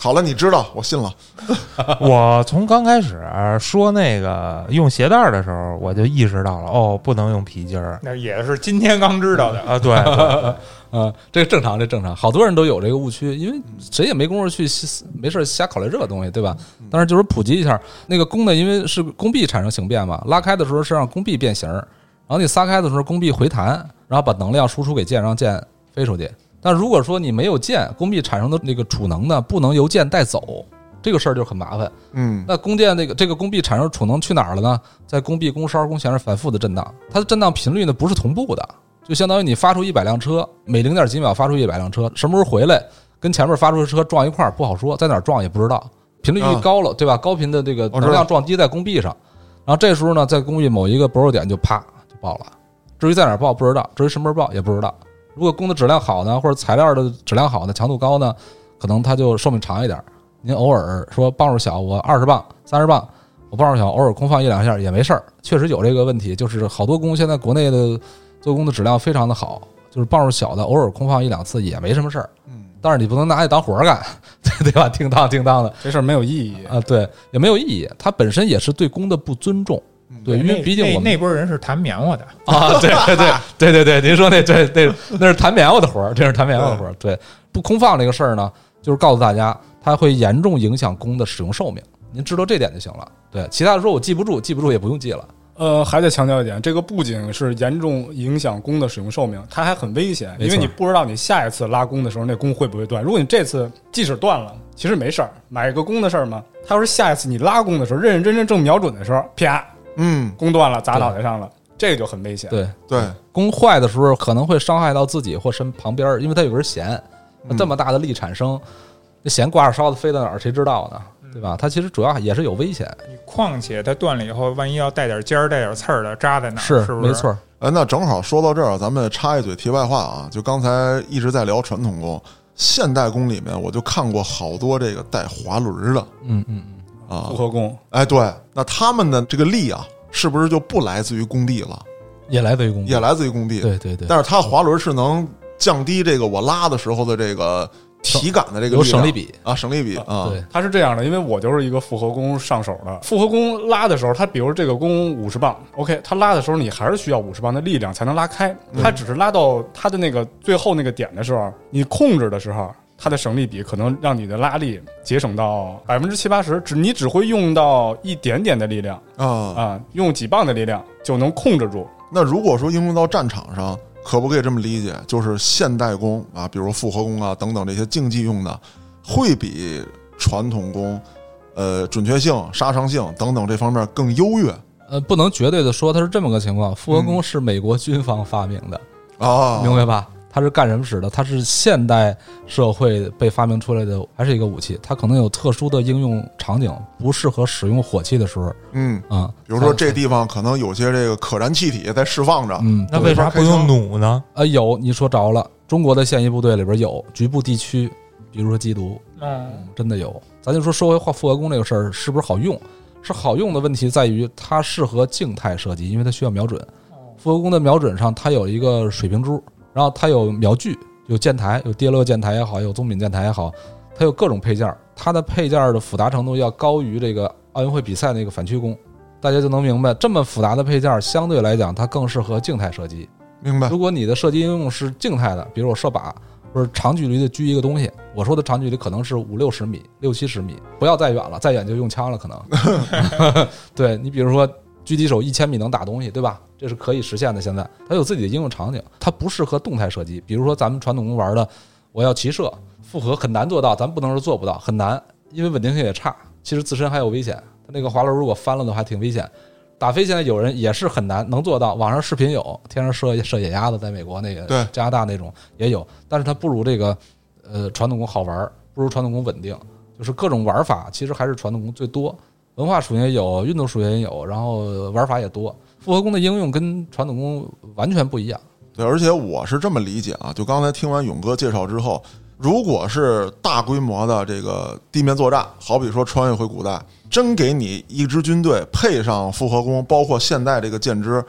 Speaker 2: 好了，你知道，我信了。
Speaker 3: 我从刚开始说那个用鞋带的时候，我就意识到了，哦，不能用皮筋儿。
Speaker 4: 那也是今天刚知道的
Speaker 3: 啊，对，对
Speaker 1: 嗯，这个正常，这正常，好多人都有这个误区，因为谁也没工夫去没事瞎考虑这个东西，对吧？但是就是普及一下，那个弓呢，因为是弓臂产生形变嘛，拉开的时候是让弓臂变形，然后你撒开的时候弓臂回弹，然后把能量输出给箭，让箭飞出去。但如果说你没有箭，弓臂产生的那个储能呢，不能由箭带走，这个事儿就很麻烦。
Speaker 2: 嗯，
Speaker 1: 那弓箭那个这个弓臂产生储能去哪儿了呢？在弓臂、弓梢、弓弦上反复的震荡，它的震荡频率呢不是同步的，就相当于你发出一百辆车，每零点几秒发出一百辆车，什么时候回来跟前面发出的车撞一块儿不好说，在哪儿撞也不知道。频率一高了，对吧？高频的这个能量撞击在弓臂上，然后这时候呢，在弓臂某一个薄弱点就啪就爆了。至于在哪儿爆不知道，至于什么时候爆也不知道。如果弓的质量好呢，或者材料的质量好呢，强度高呢，可能它就寿命长一点。您偶尔说磅数小，我二十磅、三十磅，我磅数小，偶尔空放一两下也没事儿。确实有这个问题，就是好多弓现在国内的做工的质量非常的好，就是磅数小的，偶尔空放一两次也没什么事儿。嗯，但是你不能拿它当活儿干，对吧？叮当叮当的，
Speaker 5: 这事儿没有意义
Speaker 1: 啊，对，也没有意义。它本身也是对弓的不尊重。对，因为毕竟我们
Speaker 4: 那波人是弹棉花的
Speaker 1: 啊，对对对对对对，您说那对对，那是弹棉花的活儿，这是弹棉花的活儿。对，不空放这个事儿呢，就是告诉大家，它会严重影响弓的使用寿命，您知道这点就行了。对，其他的说我记不住，记不住也不用记了。
Speaker 5: 呃，还得强调一点，这个不仅是严重影响弓的使用寿命，它还很危险，因为你不知道你下一次拉弓的时候那弓会不会断。如果你这次即使断了，其实没事儿，买一个弓的事儿嘛。它要是下一次你拉弓的时候，认认真真正瞄准的时候，啪。嗯，弓断了，砸脑袋上了，这个就很危险。
Speaker 1: 对
Speaker 2: 对，
Speaker 1: 弓坏的时候可能会伤害到自己或身旁边，因为它有根弦，那这么大的力产生，那弦挂着梢子飞到哪儿，谁知道呢？对吧？它其实主要也是有危险。
Speaker 4: 况且它断了以后，万一要带点尖儿、带点刺儿的，扎在哪儿？
Speaker 1: 是
Speaker 4: 是不是？
Speaker 1: 没错。
Speaker 2: 哎，那正好说到这儿，咱们插一嘴题外话啊，就刚才一直在聊传统弓，现代弓里面我就看过好多这个带滑轮的，
Speaker 1: 嗯嗯嗯。
Speaker 2: 啊，
Speaker 5: 复合弓，
Speaker 2: 哎，对，那他们的这个力啊，是不是就不来自于工地了？
Speaker 1: 也来自于工地，
Speaker 2: 也来自于工地。
Speaker 1: 对对对。
Speaker 2: 但是它滑轮是能降低这个我拉的时候的这个体感的这个
Speaker 1: 有省力比
Speaker 2: 啊，省力比啊。
Speaker 1: 对，
Speaker 5: 它是这样的，因为我就是一个复合弓上手的。复合弓拉的时候，它比如这个弓五十磅 ，OK， 它拉的时候你还是需要五十磅的力量才能拉开。它只是拉到它的那个最后那个点的时候，你控制的时候。它的省力比可能让你的拉力节省到百分之七八十，只你只会用到一点点的力量啊啊，用几磅的力量就能控制住。
Speaker 2: 那如果说应用到战场上，可不可以这么理解？就是现代弓啊，比如复合弓啊等等这些竞技用的，会比传统弓，呃，准确性、杀伤性等等这方面更优越。
Speaker 1: 呃，不能绝对的说它是这么个情况。复合弓是美国军方发明的
Speaker 2: 啊、嗯，
Speaker 1: 明白吧？它是干什么使的？它是现代社会被发明出来的，还是一个武器？它可能有特殊的应用场景，不适合使用火器的时候，
Speaker 2: 嗯
Speaker 1: 啊，
Speaker 2: 比如说这地方可能有些这个可燃气体在释放着，
Speaker 1: 嗯，
Speaker 3: 那为啥不用弩呢？
Speaker 1: 啊，有，你说着了，中国的现役部队里边有局部地区，比如说缉毒，嗯，真的有。咱就说说回话复合弓这个事儿，是不是好用？是好用的问题在于它适合静态射击，因为它需要瞄准。复合弓的瞄准上，它有一个水平珠。然后它有瞄具，有箭台，有跌落箭台也好，有棕柄箭台也好，它有各种配件。它的配件的复杂程度要高于这个奥运会比赛那个反曲弓，大家就能明白，这么复杂的配件相对来讲，它更适合静态射击。
Speaker 2: 明白。
Speaker 1: 如果你的射击应用是静态的，比如我射靶或者长距离的狙一个东西，我说的长距离可能是五六十米、六七十米，不要再远了，再远就用枪了可能。对，你比如说。狙击手一千米能打东西，对吧？这是可以实现的。现在它有自己的应用场景，它不适合动态射击。比如说咱们传统弓玩的，我要骑射，复合很难做到，咱不能说做不到，很难，因为稳定性也差。其实自身还有危险，它那个滑轮如果翻了的话，挺危险。打飞现在有人也是很难能做到，网上视频有，天上射射野鸭子，在美国那个
Speaker 2: 对
Speaker 1: 加拿大那种也有，但是它不如这个呃传统弓好玩，不如传统弓稳定，就是各种玩法其实还是传统弓最多。文化属性也有，运动属性也有，然后玩法也多。复合弓的应用跟传统弓完全不一样。
Speaker 2: 对，而且我是这么理解啊，就刚才听完勇哥介绍之后，如果是大规模的这个地面作战，好比说穿越回古代，真给你一支军队配上复合弓，包括现代这个箭支，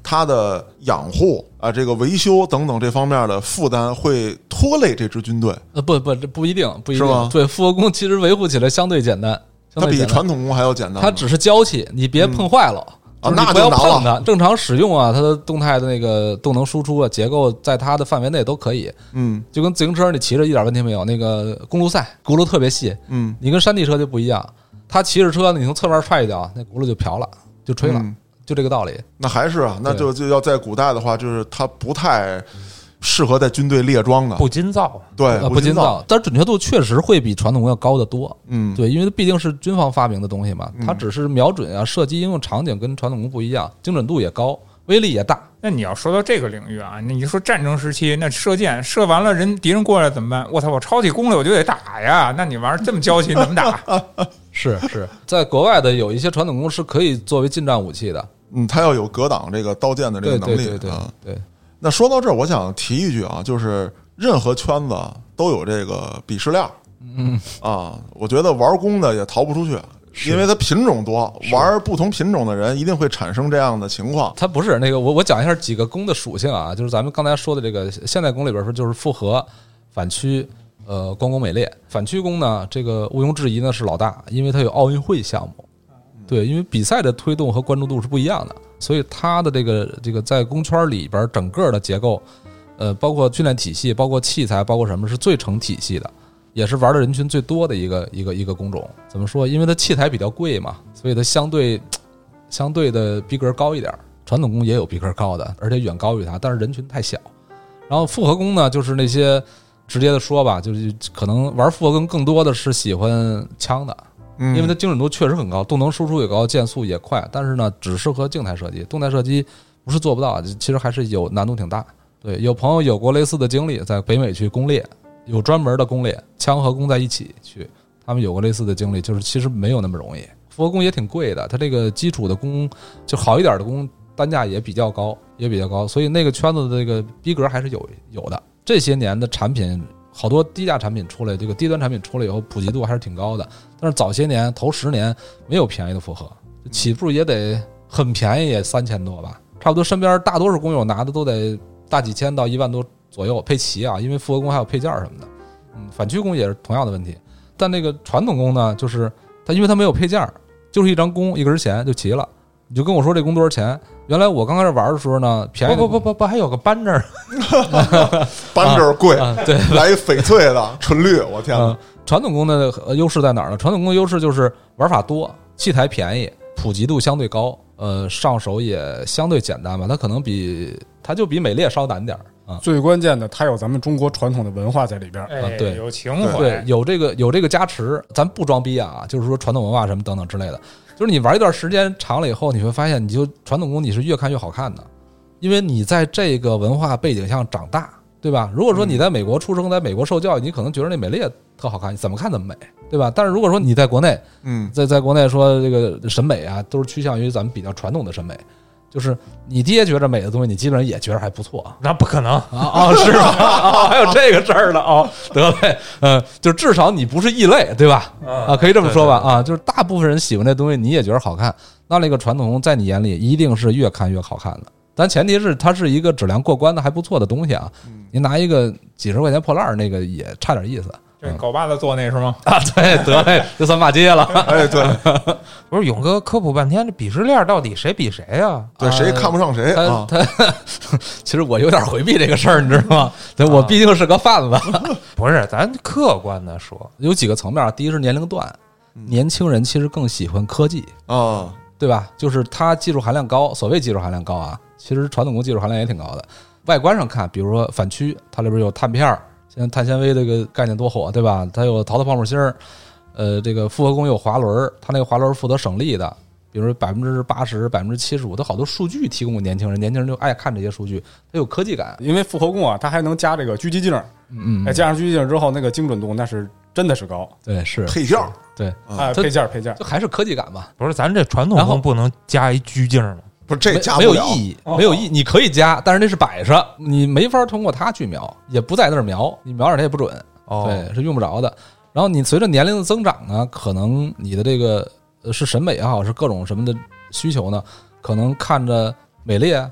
Speaker 2: 它的养护啊、这个维修等等这方面的负担会拖累这支军队。
Speaker 1: 呃，不不，这不一定，不一定。
Speaker 2: 是吗
Speaker 1: 对，复合工其实维护起来相对简单，相
Speaker 2: 它比
Speaker 1: 对简单
Speaker 2: 传统工还要简单吗。
Speaker 1: 它只是娇气，你别碰坏了。
Speaker 2: 啊
Speaker 1: 就是你不要
Speaker 2: 那就难了
Speaker 1: 碰它，正常使用啊，它的动态的那个动能输出啊，结构在它的范围内都可以。
Speaker 2: 嗯
Speaker 1: 就跟自行车你骑着一点问题没有，那个公路赛轱辘特别细，
Speaker 2: 嗯
Speaker 1: 你跟山地车就不一样。他骑着车，你从侧面踹一脚，那轱辘就瓢了，就吹了，
Speaker 2: 嗯
Speaker 1: 就这个道理。
Speaker 2: 那还是啊，那就就要在古代的话，就是它不太适合在军队列装的，
Speaker 3: 不禁造，
Speaker 2: 对，
Speaker 1: 呃，
Speaker 2: 不禁
Speaker 1: 不禁造，但是准确度确实会比传统工要高得多。
Speaker 2: 嗯，
Speaker 1: 对，因为它毕竟是军方发明的东西嘛，
Speaker 2: 嗯
Speaker 1: 它只是瞄准啊、射击应用场景跟传统工不一样，精准度也高，威力也大。
Speaker 4: 那你要说到这个领域啊，那你说战争时期那射箭射完了，人敌人过来怎么办？我操，我抄起弓来我就得打呀！那你玩意儿这么娇气，你怎么打？
Speaker 1: 是是，在国外的有一些传统工是可以作为近战武器的，
Speaker 2: 嗯，它要有格挡这个刀剑的这
Speaker 1: 对
Speaker 2: 个能力
Speaker 1: 对对对
Speaker 2: 啊。
Speaker 1: 对。
Speaker 2: 那说到这儿，我想提一句啊，就是任何圈子都有这个鄙视链，
Speaker 1: 嗯
Speaker 2: 啊，我觉得玩弓的也逃不出去，因为它品种多，玩不同品种的人一定会产生这样的情况。
Speaker 1: 它不是那个，我我讲一下几个弓的属性啊，就是咱们刚才说的这个现代弓里边说，就是复合、反曲、呃光弓美猎。反曲弓呢，这个毋庸置疑呢是老大，因为它有奥运会项目，对，因为比赛的推动和关注度是不一样的，所以它的这个这个在弓圈里边整个的结构，呃，包括训练体系、包括器材、包括什么，是最成体系的。也是玩的人群最多的一个一个一个工种。怎么说？因为它器材比较贵嘛，所以它相对相对的逼格高一点。传统弓也有逼格高的，而且远高于它，但是人群太小。然后复合弓呢，就是那些直接的说吧，就是可能玩复合弓更多的是喜欢枪的，
Speaker 2: 嗯，
Speaker 1: 因为它精准度确实很高，动能输出也高，箭速也快，但是呢，只适合静态射击，动态射击不是做不到，其实还是有难度挺大。对，有朋友有过类似的经历，在北美去攻猎。有专门的攻猎，枪和弓在一起去，他们有过类似的经历，就是其实没有那么容易。复合弓也挺贵的，它这个基础的弓就好一点的弓单价也比较高，也比较高，所以那个圈子的这个逼格还是有有的。这些年的产品，好多低价产品出来，这个低端产品出来以后，普及度还是挺高的。但是早些年头十年没有便宜的复合，起步也得很便宜，也三千多吧，差不多。身边大多数工友拿的都得大几千到一万多左右配齐啊，因为复合弓还有配件什么的。嗯，反曲弓也是同样的问题。但那个传统弓呢，就是它因为它没有配件，就是一张弓一根弦就齐了。你就跟我说这弓多少钱？原来我刚开始玩的时候呢，便宜
Speaker 3: 不不不不不，还有个扳指，
Speaker 2: 扳指贵，
Speaker 1: 啊，对，
Speaker 2: 来一翡翠的纯绿，我天哪！
Speaker 1: 嗯，传统弓的优势在哪儿呢？传统弓的优势就是玩法多，器材便宜，普及度相对高，呃，上手也相对简单吧。它可能比它就比美猎稍难点儿啊。
Speaker 5: 最关键的，它有咱们中国传统的文化在里边。
Speaker 4: 哎，
Speaker 1: 对
Speaker 4: 有情怀，
Speaker 1: 对，有这个有这个加持，咱不装逼啊，就是说传统文化什么等等之类的。就是你玩一段时间长了以后，你会发现，你就传统弓你是越看越好看的，因为你在这个文化背景下长大，对吧？如果说你在美国出生，在美国受教育，你可能觉得那美猎特好看，怎么看怎么美，对吧？但是如果说你在国内，
Speaker 2: 嗯，
Speaker 1: 在在国内说这个审美啊，都是趋向于咱们比较传统的审美，就是你爹觉着美的东西，你基本上也觉得还不错啊。
Speaker 3: 那不可能。
Speaker 1: 哦，是吧？哦，还有这个事儿呢。哦，得嘞，嗯，就至少你不是异类，对吧？啊，可以这么说吧？啊，就是大部分人喜欢这东西，你也觉得好看，那那个传统弓在你眼里一定是越看越好看的。但前提是它是一个质量过关的还不错的东西啊。您拿一个几十块钱破烂儿，那个也差点意思。
Speaker 4: 这狗爸子做那是吗？
Speaker 1: 啊，对，得嘞，就算骂街了。
Speaker 2: 哎，对
Speaker 3: 不是勇哥科普半天，这鄙视链到底谁比谁呀？
Speaker 2: 对，谁看不上谁
Speaker 1: 他
Speaker 2: 啊？
Speaker 1: 他，其实我有点回避这个事儿，你知道吗？对，我毕竟是个贩子。
Speaker 3: 不是，咱客观的说，
Speaker 1: 有几个层面，第一是年龄段，年轻人其实更喜欢科技，
Speaker 2: 啊，
Speaker 1: 对吧？就是它技术含量高，所谓技术含量高啊，其实传统弓技术含量也挺高的。外观上看，比如说反曲，它里边有碳片儿，现在碳纤维这个概念多火，对吧？它有陶陶泡沫芯儿，呃，这个复合弓有滑轮，它那个滑轮负责省力的，比如百分之八十、百分之七十五，都好多数据提供给年轻人，年轻人就爱看这些数据，它有科技感。
Speaker 5: 因为复合弓啊，它还能加这个狙击镜，
Speaker 1: 嗯，
Speaker 5: 哎，加上狙击镜之后，那个精准度那是真的是高。
Speaker 1: 对，是
Speaker 2: 配件儿
Speaker 1: 对，
Speaker 5: 哎，
Speaker 1: 它
Speaker 5: 配件配件，
Speaker 1: 就还是科技感吧。
Speaker 3: 不是咱这传统
Speaker 1: 然后
Speaker 3: 弓不能加一狙镜吗？
Speaker 2: 不是这
Speaker 1: 没没有
Speaker 2: 加不了
Speaker 1: 意义，没有意义。你可以加，但是那是摆设，你没法通过它去瞄，也不在那儿瞄，你瞄着它也不准，
Speaker 3: 哦，
Speaker 1: 对，是用不着的。然后你随着年龄的增长呢，可能你的这个呃是审美也好，是各种什么的需求呢，可能看着美猎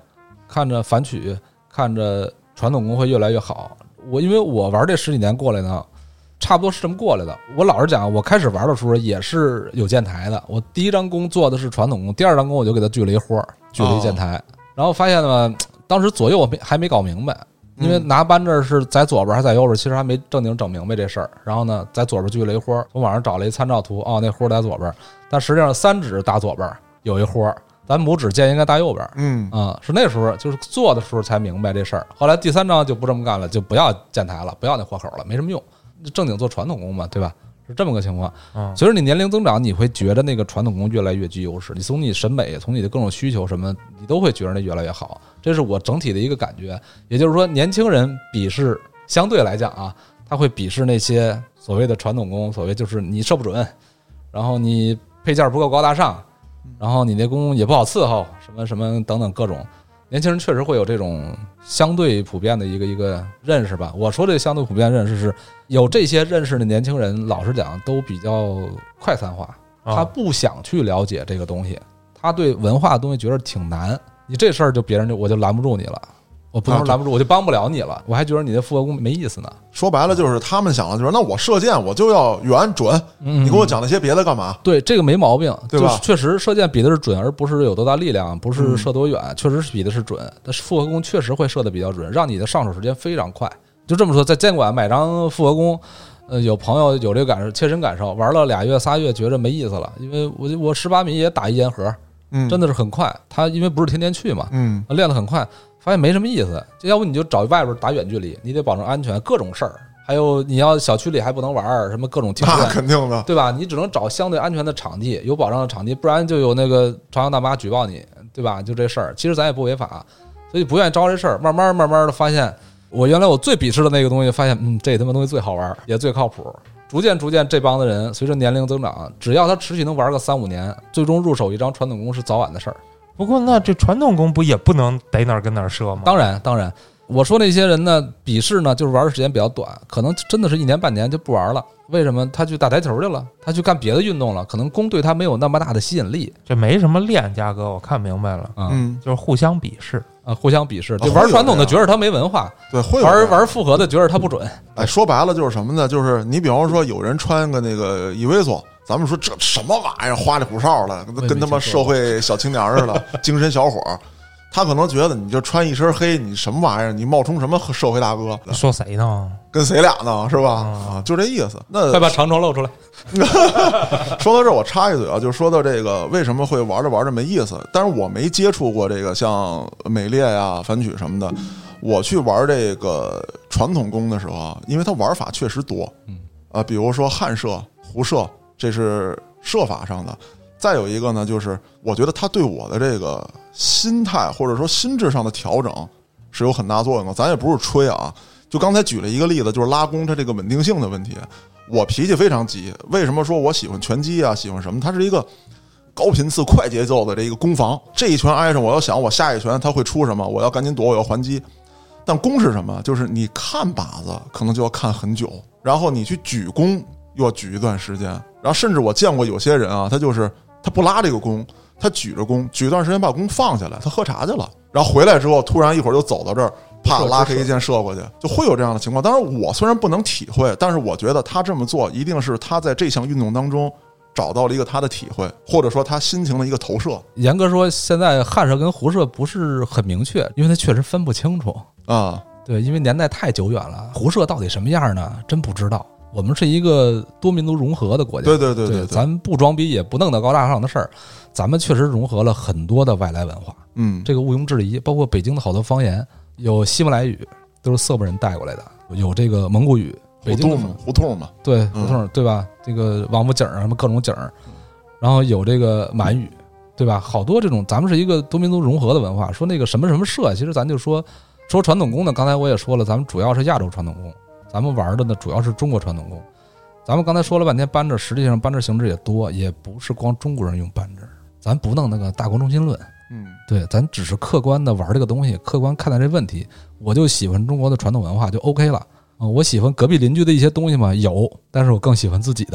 Speaker 1: 看着反曲，看着传统工会越来越好。我因为我玩这十几年过来呢，差不多是这么过来的。我老实讲，我开始玩的时候也是有建台的。我第一张弓做的是传统弓，第二张弓我就给它锯了一豁，锯了一建台，然后发现呢，当时左右我没还没搞明白。因为拿扳这是在左边还在右边，其实还没正经整明白这事儿。然后呢，在左边锯了一豁，从网上找了一参照图，哦，那豁在左边，但实际上三指打左边有一豁，咱拇指剑应该打右边。嗯啊、嗯，是那时候就是做的时候才明白这事儿。后来第三章就不这么干了，就不要建台了，不要那豁口了，没什么用，正经做传统弓嘛，对吧？是这么个情况。嗯，随着你年龄增长，你会觉得那个传统弓越来越具优势。你从你审美，从你的各种需求什么，你都会觉得那越来越好。这是我整体的一个感觉。也就是说，年轻人鄙视，相对来讲啊，他会鄙视那些所谓的传统弓，所谓就是你射不准，然后你配件不够高大上，然后你那弓也不好伺候，什么什么等等各种。年轻人确实会有这种相对普遍的一个一个认识吧。我说这相对普遍认识是有这些认识的年轻人，老实讲都比较快餐化，他不想去了解这个东西，他对文化的东西觉得挺难。你这事儿就别人就我就拦不住你了，我不能说拦不住，我就帮不了你了，我还觉得你的复合弓没意思呢。
Speaker 2: 说白了就是他们想的就是那我射箭我就要远准，你给我讲那些别的干嘛？
Speaker 1: 对，这个没毛病，
Speaker 2: 对吧？
Speaker 1: 就是确实射箭比的是准，而不是有多大力量，不是射多远，确实是比的是准。但是复合弓确实会射的比较准，让你的上手时间非常快。就这么说，在监管买张复合弓，呃，有朋友有这个感受，切身感受，玩了俩月仨月，觉着没意思了，因为我我十八米也打一烟盒。嗯，真的是很快。他因为不是天天去嘛，嗯，练得很快，发现没什么意思。就要不你就找外边打远距离，你得保证安全，各种事儿。还有你要小区里还不能玩，什么各种停电，
Speaker 2: 那肯定的，
Speaker 1: 对吧？你只能找相对安全的场地，有保障的场地，不然就有那个朝阳大妈举报你，对吧？就这事儿，其实咱也不违法，所以不愿意招这事儿。慢慢慢慢的发现，我原来我最鄙视的那个东西，发现嗯，这他妈东西最好玩，也最靠谱。逐渐逐渐，这帮的人随着年龄增长，只要他持续能玩个三五年，最终入手一张传统弓是早晚的事儿。
Speaker 3: 不过，那这传统弓不也不能逮哪儿跟哪儿射吗？
Speaker 1: 当然，当然，我说那些人呢，鄙视呢，就是玩的时间比较短，可能真的是一年半年就不玩了。为什么？他去打台球去了，他去干别的运动了，可能弓对他没有那么大的吸引力。
Speaker 3: 这没什么练，嘉哥，我看明白了，嗯，就是互相鄙视
Speaker 1: 啊，互相鄙视。就玩传统的觉得他没文化，
Speaker 2: 对，会
Speaker 1: 玩玩复合的觉得他不准。
Speaker 2: 哎，说白了就是什么呢？就是你比方说有人穿个那个依维索，咱们说这什么玩意儿，花里胡哨的，跟他妈社会小青年似的，精神小伙。他可能觉得你就穿一身黑，你什么玩意儿？你冒充什么社会大哥？
Speaker 3: 说谁呢？
Speaker 2: 跟谁俩呢？是吧？啊，就这意思。那
Speaker 1: 快把长床露出来。
Speaker 2: 说到这儿，我插一嘴啊，就说到这个为什么会玩着玩着没意思？但是我没接触过这个像美猎呀、反曲什么的。我去玩这个传统弓的时候，因为它玩法确实多，嗯啊，比如说焊射、弧射，这是射法上的。再有一个呢，就是我觉得它对我的这个心态或者说心智上的调整是有很大作用的。咱也不是吹啊，就刚才举了一个例子，就是拉弓它这个稳定性的问题。我脾气非常急，为什么说我喜欢拳击啊，喜欢什么？它是一个高频次、快节奏的这一个攻防。这一拳挨上，我要想我下一拳它会出什么，我要赶紧躲，我要还击。但弓是什么？就是你看靶子可能就要看很久，然后你去举弓又要举一段时间，然后甚至我见过有些人啊，他就是他不拉这个弓，他举着弓，举一段时间把弓放下来，他喝茶去了，然后回来之后突然一会儿就走到这儿，啪拉开一箭射过去，就会有这样的情况。当然我虽然不能体会，但是我觉得他这么做一定是他在这项运动当中找到了一个他的体会，或者说他心情的一个投射。
Speaker 1: 严格说，现在焊射跟弧射不是很明确，因为他确实分不清楚
Speaker 2: 啊。
Speaker 1: 对，因为年代太久远了，弧射到底什么样呢？真不知道。我们是一个多民族融合的国家，
Speaker 2: 对对对 对,
Speaker 1: 对, 对，咱不装逼也不弄到高大上的事儿，咱们确实融合了很多的外来文化，嗯，这个毋庸置疑。包括北京的好多方言，有希伯来语，都是色目人带过来的，有这个蒙古语，北京
Speaker 2: 胡同胡同嘛，
Speaker 1: 对胡同、嗯、对吧？这个王府井啊，什么各种井，然后有这个满语，对吧？好多这种，咱们是一个多民族融合的文化。说那个什么什么社，其实咱就说说传统弓呢，刚才我也说了，咱们主要是亚洲传统弓。咱们玩的呢，主要是中国传统弓。咱们刚才说了半天扳指，实际上扳指形制也多，也不是光中国人用扳指。咱不弄那个大国中心论，嗯，对，咱只是客观的玩这个东西，客观看待这问题。我就喜欢中国的传统文化，就 OK 了。嗯，我喜欢隔壁邻居的一些东西嘛，有，但是我更喜欢自己的。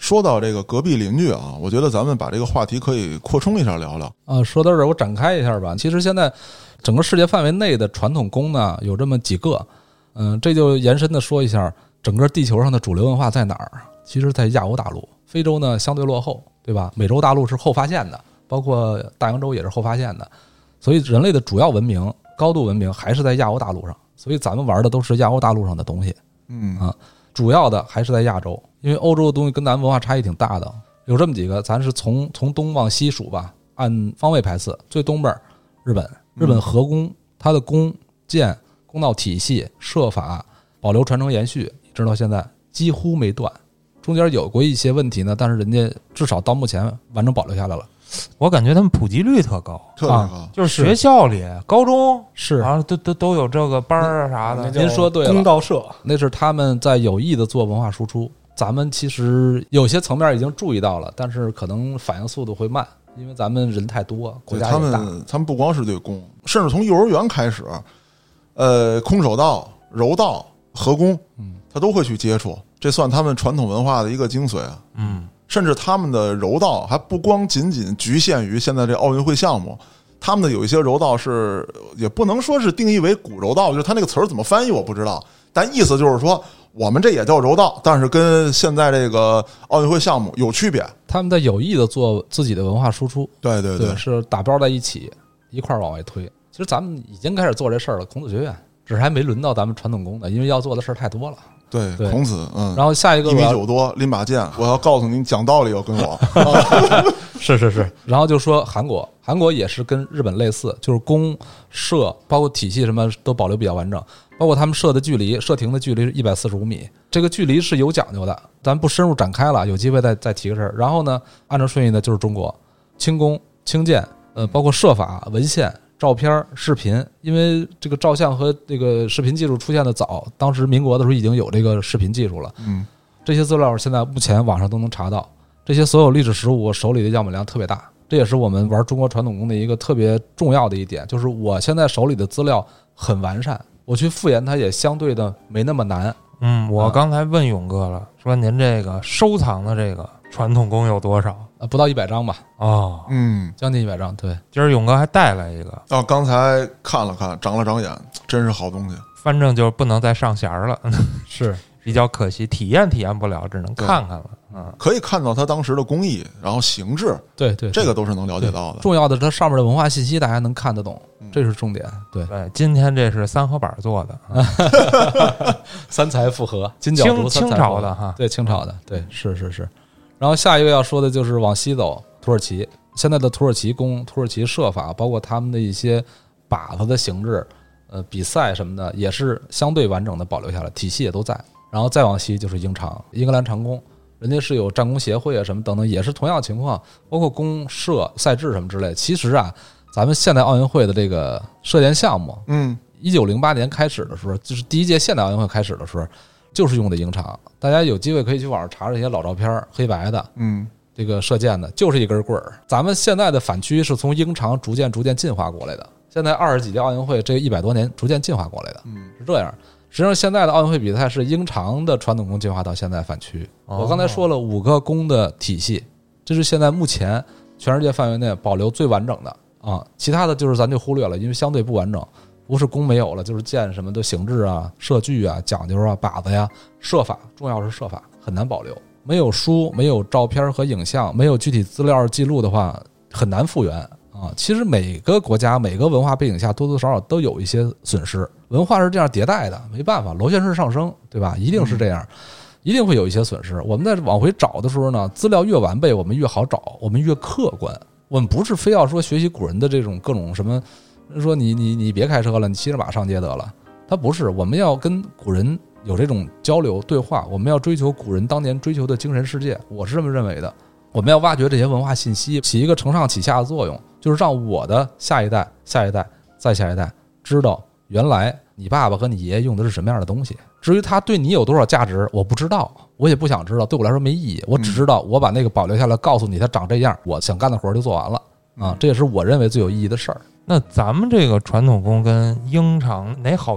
Speaker 2: 说到这个隔壁邻居啊，我觉得咱们把这个话题可以扩充一下聊聊
Speaker 1: 啊。说到这儿，我展开一下吧。其实现在整个世界范围内的传统宫呢，有这么几个。嗯，这就延伸的说一下，整个地球上的主流文化在哪儿？其实，在亚欧大陆。非洲呢相对落后，对吧？美洲大陆是后发现的，包括大洋洲也是后发现的。所以，人类的主要文明、高度文明还是在亚欧大陆上。所以，咱们玩的都是亚欧大陆上的东西。
Speaker 2: 嗯
Speaker 1: 啊，主要的还是在亚洲，因为欧洲的东西跟咱们文化差异挺大的。有这么几个，咱是从从东往西数吧，按方位排次。最东边日本，日本和宫，它的宫建、公道体系、设法保留、传承、延续，直到现在几乎没断。中间有过一些问题呢，但是人家至少到目前完整保留下来了。
Speaker 3: 我感觉他们普及率特高，
Speaker 2: 特别高，
Speaker 3: 啊、就是学校里、高中
Speaker 1: 是
Speaker 3: 啊，都都都有这个班儿啊啥的。
Speaker 1: 您说对了，
Speaker 5: 公道社
Speaker 1: 那是他们在有意的做文化输出。咱们其实有些层面已经注意到了，但是可能反应速度会慢，因为咱们人太多，国家也大。
Speaker 2: 他们他们不光是对宫，甚至从幼儿园开始，呃，空手道、柔道、和弓，嗯，他都会去接触，这算他们传统文化的一个精髓啊。
Speaker 3: 嗯，
Speaker 2: 甚至他们的柔道还不光仅仅局限于现在这奥运会项目，他们的有一些柔道是也不能说是定义为古柔道，就是他那个词儿怎么翻译我不知道，但意思就是说我们这也叫柔道，但是跟现在这个奥运会项目有区别。
Speaker 1: 他们在有意的做自己的文化输出，
Speaker 2: 对对
Speaker 1: 对，是打包在一起一块儿往外推。其实咱们已经开始做这事儿了，孔子学院只是还没轮到咱们传统宫的，因为要做的事儿太多了。
Speaker 2: 对，
Speaker 1: 对
Speaker 2: 孔子，嗯，
Speaker 1: 然后下一个
Speaker 2: 一米九多，拎把剑，我要告诉你讲道理，要跟我。
Speaker 1: 是是是，然后就说韩国，韩国也是跟日本类似，就是公社包括体系什么都保留比较完整，包括他们设的距离，射停的距离是一百四十五米，这个距离是有讲究的，咱不深入展开了，有机会再再提个事儿。然后呢，按照顺序呢，就是中国清宫、清鉴，呃，包括设法、文献、照片、视频，因为这个照相和这个视频技术出现的早，当时民国的时候已经有这个视频技术了，
Speaker 2: 嗯，
Speaker 1: 这些资料现在目前网上都能查到。这些所有历史实物，我手里的样本量特别大，这也是我们玩中国传统宫的一个特别重要的一点，就是我现在手里的资料很完善，我去复原它也相对的没那么难。
Speaker 3: 嗯，我刚才问勇哥了，说您这个收藏的这个传统宫有多少？
Speaker 1: 啊，不到一百张吧？
Speaker 3: 哦，
Speaker 2: 嗯，
Speaker 1: 将近一百张。对，
Speaker 3: 今儿勇哥还带来一个，
Speaker 2: 哦，刚才看了看，长了长眼，真是好东西。
Speaker 3: 反正就不能再上弦了，
Speaker 1: 是
Speaker 3: 比较可惜，体验体验不了，只能看看了。嗯，
Speaker 2: 可以看到他当时的工艺，然后形制，
Speaker 1: 对对，
Speaker 2: 这个都是能了解到的。
Speaker 1: 重要的是它上面的文化信息，大家能看得懂，这是重点。对
Speaker 3: 对，今天这是三合板做的，
Speaker 1: 三才复合，金角
Speaker 3: 清
Speaker 1: 竹
Speaker 3: 清朝的哈，
Speaker 1: 对，清朝的，对，是是是。然后下一个要说的就是往西走，土耳其现在的土耳其宫、土耳其设法，包括他们的一些靶子的形制，呃，比赛什么的，也是相对完整的保留下来，体系也都在。然后再往西就是英长，英格兰长宫，人家是有战功协会啊什么等等，也是同样情况，包括公社、赛制什么之类。其实啊，咱们现代奥运会的这个射箭项目，
Speaker 2: 嗯，
Speaker 1: 一九零八年开始的时候，就是第一届现代奥运会开始的时候，就是用的英长。大家有机会可以去网上查这些老照片，黑白的，
Speaker 2: 嗯，
Speaker 1: 这个射箭的，就是一根棍儿。咱们现在的反区是从英长逐渐逐渐进化过来的。现在二十几届奥运会，这一百多年逐渐进化过来的，
Speaker 2: 嗯，
Speaker 1: 是这样。实际上，现在的奥运会比赛是英长的传统宫进化到现在反区。我刚才说了五个宫的体系，这是现在目前全世界范围内保留最完整的啊。其他的就是咱就忽略了，因为相对不完整。不是宫没有了，就是箭什么的形制啊、射距啊、讲究啊、靶子呀、射法，重要是射法很难保留。没有书、没有照片和影像、没有具体资料记录的话，很难复原。啊，其实每个国家每个文化背景下多多少少都有一些损失，文化是这样迭代的，没办法，螺旋式上升，对吧？一定是这样，一定会有一些损失。我们在往回找的时候呢，资料越完备，我们越好找，我们越客观。我们不是非要说学习古人的这种各种什么，说你你你别开车了，你骑着马上街得了。它不是，我们要跟古人有这种交流对话，我们要追求古人当年追求的精神世界，我是这么认为的。我们要挖掘这些文化信息，起一个承上启下的作用，就是让我的下一代、下一代、再下一代知道原来你爸爸和你爷爷用的是什么样的东西。至于他对你有多少价值，我不知道，我也不想知道，对我来说没意义。我只知道我把那个保留下来，告诉你他长这样，我想干的活就做完了啊，这也是我认为最有意义的事儿。
Speaker 3: 那咱们这个传统宫跟英长哪好用？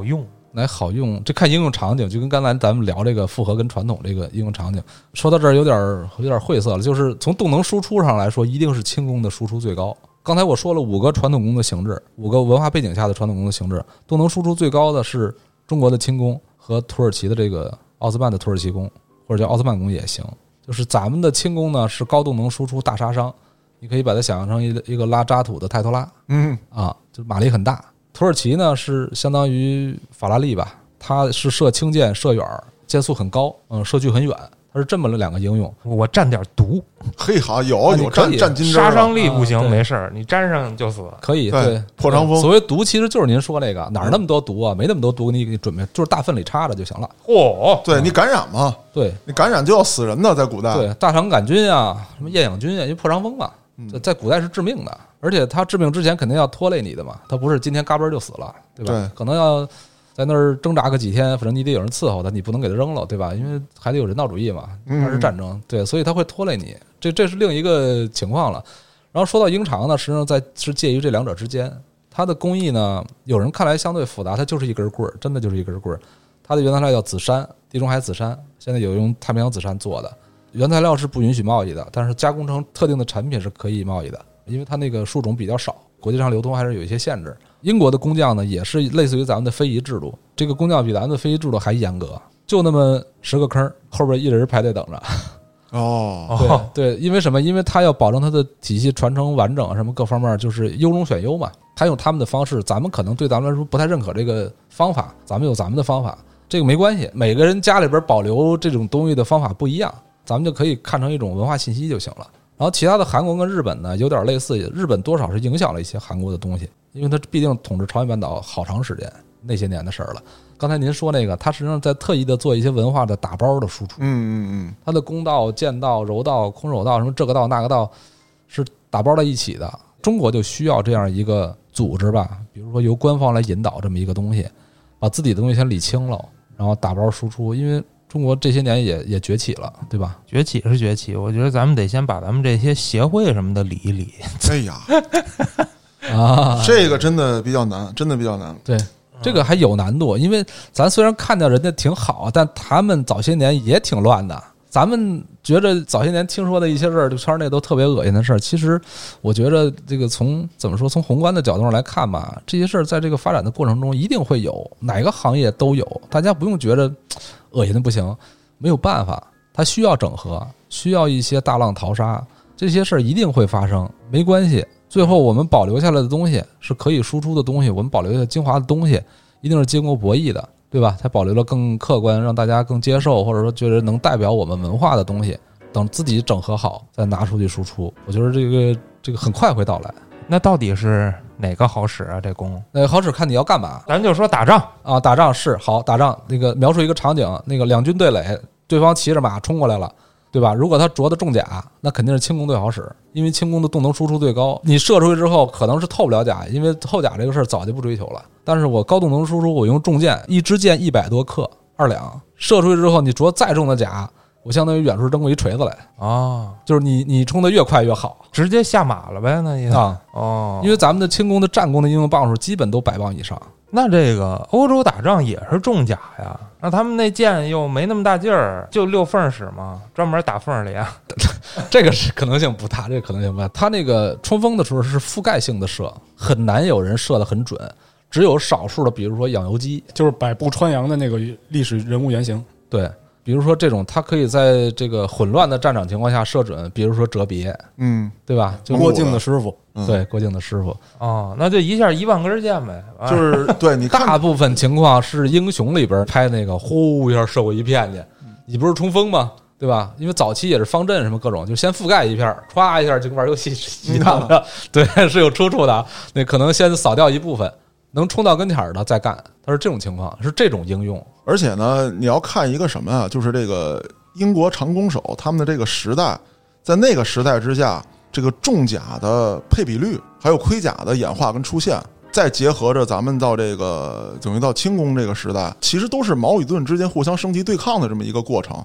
Speaker 1: 来好用。这看应用场景，就跟刚才咱们聊这个复合跟传统这个应用场景，说到这儿有点有点晦涩了。就是从动能输出上来说，一定是轻工的输出最高。刚才我说了五个传统工的形制，五个文化背景下的传统工的形制，动能输出最高的是中国的轻工和土耳其的这个奥斯曼的土耳其工，或者叫奥斯曼工也行。就是咱们的轻工呢是高动能输出大杀伤，你可以把它想象成一个一个拉渣土的泰托拉，
Speaker 2: 嗯
Speaker 1: 啊，就马力很大。土耳其呢是相当于法拉利吧，它是射轻箭射远，箭速很高，嗯，射距很远，它是这么两个应用。
Speaker 3: 我蘸点毒，
Speaker 2: 嘿哈，有
Speaker 1: 啊
Speaker 2: 有蘸蘸金针，
Speaker 3: 杀伤力不行，
Speaker 1: 啊对
Speaker 3: 没事儿，你沾上就死。
Speaker 1: 可以，
Speaker 2: 对
Speaker 1: 对，
Speaker 2: 破伤风
Speaker 1: 所谓毒其实就是您说那个哪儿那么多毒啊，没那么多毒，你你准备就是大粪里插着就行了。
Speaker 3: 嚯，
Speaker 2: 对你感染嘛，
Speaker 1: 对
Speaker 2: 你感染就要死人的，在古代。
Speaker 1: 对，大肠杆菌啊，什么厌氧菌啊，因为破伤风嘛，
Speaker 2: 嗯
Speaker 1: 在在古代是致命的，而且它致命之前肯定要拖累你的嘛，它不是今天嘎嘣就死了，对吧？
Speaker 2: 对
Speaker 1: 可能要在那儿挣扎个几天，反正你得有人伺候他，你不能给他扔了，对吧？因为还得有人道主义嘛，
Speaker 2: 嗯
Speaker 1: 那是战争，对，所以他会拖累你，这这是另一个情况了。然后说到鹰长呢，实际上在是介于这两者之间，它的工艺呢，有人看来相对复杂，它就是一根棍儿，真的就是一根棍儿。它的原材料叫紫杉，地中海紫杉，现在有用太平洋紫杉做的，原材料是不允许贸易的，但是加工成特定的产品是可以贸易的，因为它那个树种比较少，国际上流通还是有一些限制。英国的工匠呢，也是类似于咱们的非遗制度，这个工匠比咱们的非遗制度还严格，就那么十个坑，后边一人排队等着。
Speaker 2: 哦，
Speaker 1: 对对，因为什么？因为他要保证他的体系传承完整，什么各方面就是优中选优嘛。他用他们的方式，咱们可能对咱们来说不太认可这个方法，咱们有咱们的方法，这个没关系。每个人家里边保留这种东西的方法不一样，咱们就可以看成一种文化信息就行了。然后其他的韩国跟日本呢，有点类似，日本多少是影响了一些韩国的东西，因为它毕竟统治朝鲜半岛好长时间，那些年的事儿了。刚才您说那个，他实际上在特意的做一些文化的打包的输出。
Speaker 2: 嗯嗯
Speaker 1: 他的弓道、剑道、柔道、空手道，什么这个道那个道，是打包在一起的。中国就需要这样一个组织吧，比如说由官方来引导这么一个东西，把自己的东西先理清了，然后打包输出。因为中国这些年也也崛起了，对吧？
Speaker 3: 崛起是崛起，我觉得咱们得先把咱们这些协会什么的理一理。
Speaker 2: 嗯，哎呀，
Speaker 1: 啊，
Speaker 2: 这个真的比较难，真的比较难。
Speaker 1: 对。这个还有难度，因为咱虽然看到人家挺好，但他们早些年也挺乱的。咱们觉着早些年听说的一些事儿，就圈内都特别恶心的事儿。其实，我觉着这个从怎么说，从宏观的角度上来看吧，这些事儿在这个发展的过程中一定会有，哪个行业都有。大家不用觉着恶心的不行，没有办法，它需要整合，需要一些大浪淘沙，这些事儿一定会发生，没关系。最后我们保留下来的东西是可以输出的东西，我们保留下精华的东西，一定是经过博弈的，对吧？才保留了更客观，让大家更接受，或者说觉得能代表我们文化的东西。等自己整合好，再拿出去输出，我觉得这个这个很快会到来。
Speaker 3: 那到底是哪个好使啊？这弓？
Speaker 1: 那好使看你要干嘛。
Speaker 3: 咱就说打仗
Speaker 1: 啊，打仗是好打仗。那个描述一个场景，那个两军对垒，对方骑着马冲过来了。对吧？如果他着的重甲，那肯定是轻弓最好使，因为轻弓的动能输出最高。你射出去之后，可能是透不了甲，因为透甲这个事儿早就不追求了。但是我高动能输出，我用重箭，一支箭一百多克，二两，射出去之后，你着再重的甲，我相当于远处扔过一锤子来。
Speaker 3: 哦，
Speaker 1: 就是你你冲的越快越好，
Speaker 3: 直接下马了呗？那也
Speaker 1: 啊，
Speaker 3: 哦，
Speaker 1: 因为咱们的轻弓的战弓的应用磅数基本都百磅以上。
Speaker 3: 那这个欧洲打仗也是重甲呀，那他们那箭又没那么大劲儿，就溜缝使吗？专门打缝里啊？
Speaker 1: 这个是可能性不大，这个可能性不大。他那个冲锋的时候是覆盖性的射，很难有人射得很准，只有少数的，比如说养由基，
Speaker 5: 就是百步穿杨的那个历史人物原型。
Speaker 1: 对，比如说这种，他可以在这个混乱的战场情况下射准，比如说哲别，
Speaker 2: 嗯，
Speaker 1: 对吧？就
Speaker 5: 郭靖的师傅，
Speaker 2: 嗯
Speaker 1: 对，郭靖的师傅。
Speaker 3: 哦，那就一下一万根箭呗。啊
Speaker 2: 就是对你看
Speaker 1: 大部分情况是英雄里边拍那个，呼一下射过一片去，你不是冲锋吗？对吧？因为早期也是方阵什么各种，就先覆盖一片，歘一下就跟玩游戏一样的，对，是有出处的。那可能先扫掉一部分，能冲到跟前儿的再干，它是这种情况，是这种应用。
Speaker 2: 而且呢，你要看一个什么啊？就是这个英国长弓手他们的这个时代，在那个时代之下，这个重甲的配比率，还有盔甲的演化跟出现，再结合着咱们到这个等于到轻弓这个时代，其实都是矛与盾之间互相升级对抗的这么一个过程。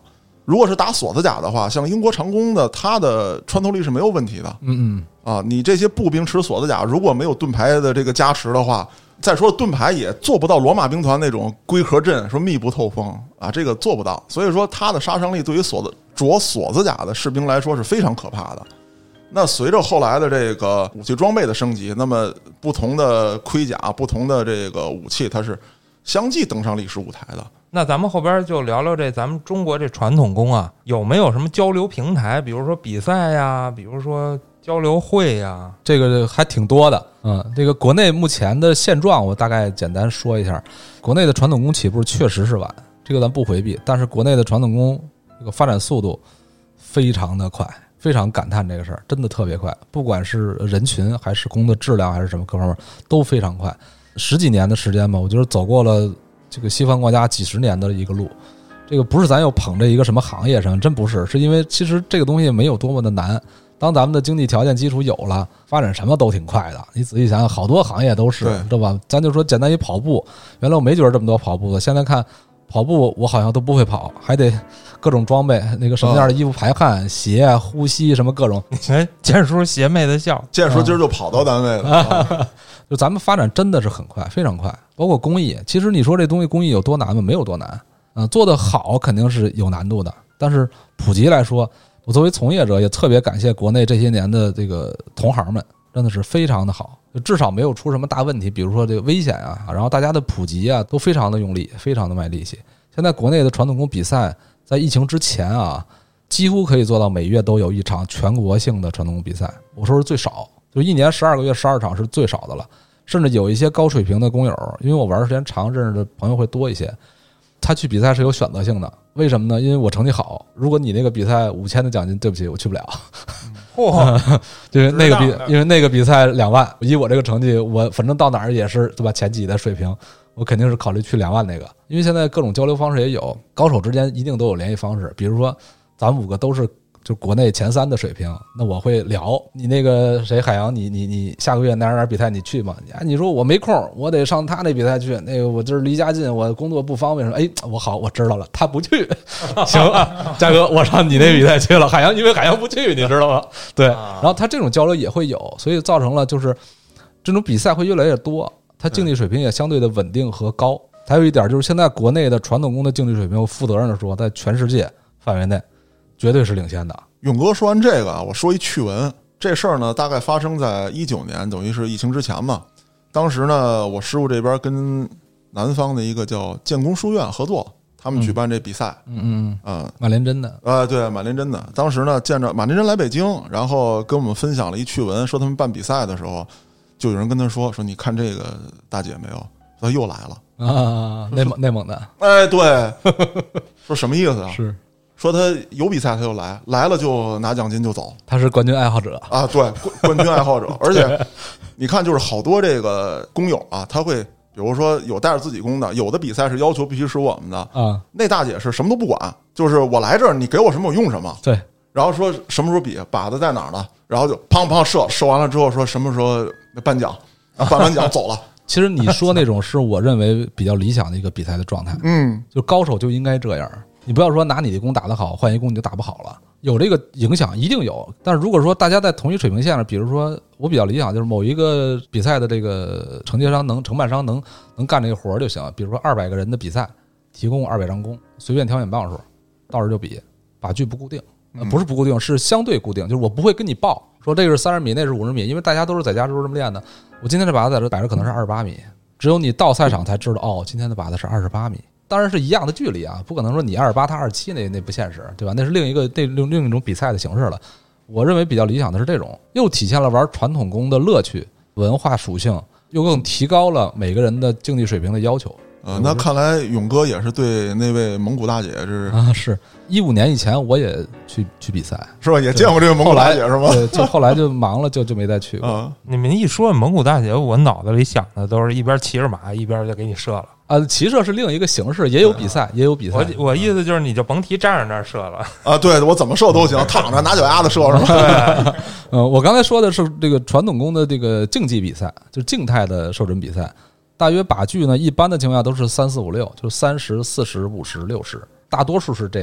Speaker 2: 如果是打锁子甲的话，像英国长弓的，它的穿透力是没有问题的。
Speaker 1: 嗯嗯
Speaker 2: 啊，你这些步兵持锁子甲，如果没有盾牌的这个加持的话，再说盾牌也做不到罗马兵团那种龟壳阵，说密不透风啊，这个做不到。所以说，它的杀伤力对于锁子着锁子甲的士兵来说是非常可怕的。那随着后来的这个武器装备的升级，那么不同的盔甲、不同的这个武器，它是相继登上历史舞台的。
Speaker 3: 那咱们后边就聊聊这咱们中国这传统弓啊，有没有什么交流平台？比如说比赛呀，比如说交流会呀，
Speaker 1: 这个还挺多的。嗯，这个国内目前的现状，我大概简单说一下。国内的传统弓起步确实是晚，这个咱不回避。但是国内的传统弓这个发展速度非常的快，非常感叹这个事儿，真的特别快。不管是人群还是弓的质量还是什么各方面都非常快。十几年的时间吧，我觉得走过了这个西方国家几十年的一个路。这个不是咱又捧着一个什么行业上，真不是，是因为其实这个东西没有多么的难。当咱们的经济条件基础有了，发展什么都挺快的。你仔细想想，好多行业都是，对吧？咱就说简单一跑步，原来我没觉得这么多跑步的，现在看跑步我好像都不会跑，还得各种装备，那个什么样的衣服排汗、鞋、呼吸什么各种。
Speaker 3: 哎，建叔邪魅的笑，
Speaker 2: 建叔今儿就跑到单位了。啊、
Speaker 1: 就咱们发展真的是很快，非常快。包括工艺，其实你说这东西工艺有多难吗？没有多难。嗯，做得好肯定是有难度的，但是普及来说，我作为从业者也特别感谢国内这些年的这个同行们，真的是非常的好，就至少没有出什么大问题，比如说这个危险啊，然后大家的普及啊都非常的用力，非常的卖力气。现在国内的传统弓比赛在疫情之前啊，几乎可以做到每月都有一场全国性的传统弓比赛，我说是最少，就一年十二个月十二场是最少的了。甚至有一些高水平的弓友，因为我玩的时间长，认识的朋友会多一些，他去比赛是有选择性的。为什么呢？因为我成绩好，如果你那个比赛五千的奖金，对不起，我去不了。
Speaker 4: 嚯，
Speaker 1: 就是那个比，因为那个比赛两万，以我这个成绩，我反正到哪儿也是对吧前几的水平，我肯定是考虑去两万那个。因为现在各种交流方式也有，高手之间一定都有联系方式，比如说咱们五个都是就国内前三的水平，那我会聊你那个谁海洋，你你你下个月哪哪哪比赛你去吗？啊，你说我没空，我得上他那比赛去，那个我就是离家近，我工作不方便。说哎，我好，我知道了，他不去，行，嘉哥，我上你那比赛去了。海洋因为海洋不去，你知道吗？对，然后他这种交流也会有，所以造成了就是这种比赛会越来越多，他竞技水平也相对的稳定和高。还有一点就是现在国内的传统弓的竞技水平，我负责任的说，在全世界范围内绝对是领先的。
Speaker 2: 勇哥说完这个啊，我说一趣闻。这事儿呢，大概发生在一九年，等于是疫情之前嘛。当时呢，我师傅这边跟南方的一个叫建工书院合作，他们举办这比赛。
Speaker 1: 嗯嗯
Speaker 2: 嗯，
Speaker 1: 呃，马连真的
Speaker 2: 啊、呃，对，马连真的。当时呢，见着马连真来北京，然后跟我们分享了一趣闻，说他们办比赛的时候，就有人跟他说说你看这个大姐没有？他又来了
Speaker 1: 啊，内蒙内蒙的。
Speaker 2: 哎，对，说什么意思啊？
Speaker 1: 是。
Speaker 2: 说他有比赛他就来，来了就拿奖金就走，
Speaker 1: 他是冠军爱好者
Speaker 2: 啊，对，冠冠军爱好者。而且你看，就是好多这个弓友啊，他会比如说有带着自己弓的，有的比赛是要求必须是我们的
Speaker 1: 啊。那
Speaker 2: 大姐是什么都不管，就是我来这儿，你给我什么我用什么。
Speaker 1: 对，
Speaker 2: 然后说什么时候比，靶子在哪儿呢？然后就砰砰射，射完了之后说什么时候颁奖，啊，颁完奖走了。
Speaker 1: 其实你说那种是我认为比较理想的一个比赛的状态，
Speaker 2: 嗯，
Speaker 1: 就高手就应该这样。你不要说拿你的弓打得好，换一弓你就打不好了，有这个影响一定有。但是如果说大家在同一水平线上，比如说我比较理想就是某一个比赛的这个承接商能承办商能能干这个活就行。比如说二百个人的比赛，提供二百张弓，随便挑选磅数，到时就比，把距不固定，呃、不是不固定，是相对固定，就是我不会跟你报说这个是三十米，那是五十米，因为大家都是在家都是这么练的。我今天这靶子在这摆着可能是二十八米，只有你到赛场才知道哦，今天的靶子是二十八米。当然是一样的距离啊，不可能说你二十八他二十七，那那不现实，对吧？那是另一个那另另一种比赛的形式了。我认为比较理想的是这种，又体现了玩传统弓的乐趣、文化属性，又更提高了每个人的竞技水平的要求。
Speaker 2: 呃，那看来勇哥也是对那位蒙古大姐是
Speaker 1: 啊，是一五年以前我也去去比赛，
Speaker 2: 是吧？也见过这个蒙古大姐是吗？
Speaker 1: 对，就后来就忙了，就就没再去过。
Speaker 2: 啊、
Speaker 3: 你们一说蒙古大姐，我脑子里想的都是一边骑着马一边就给你射了。
Speaker 1: 啊，骑射是另一个形式，也有比赛，也有比赛。
Speaker 3: 我我意思就是，你就甭提站着那儿射了
Speaker 2: 啊！对，我怎么射都行，躺着拿脚丫子射是吧？
Speaker 1: 嗯，我刚才说的是这个传统弓的这个竞技比赛，就是静态的射准比赛。大约靶距呢，一般的情况下都是三四五六，就三十、四十、五十、六十，大多数是这样。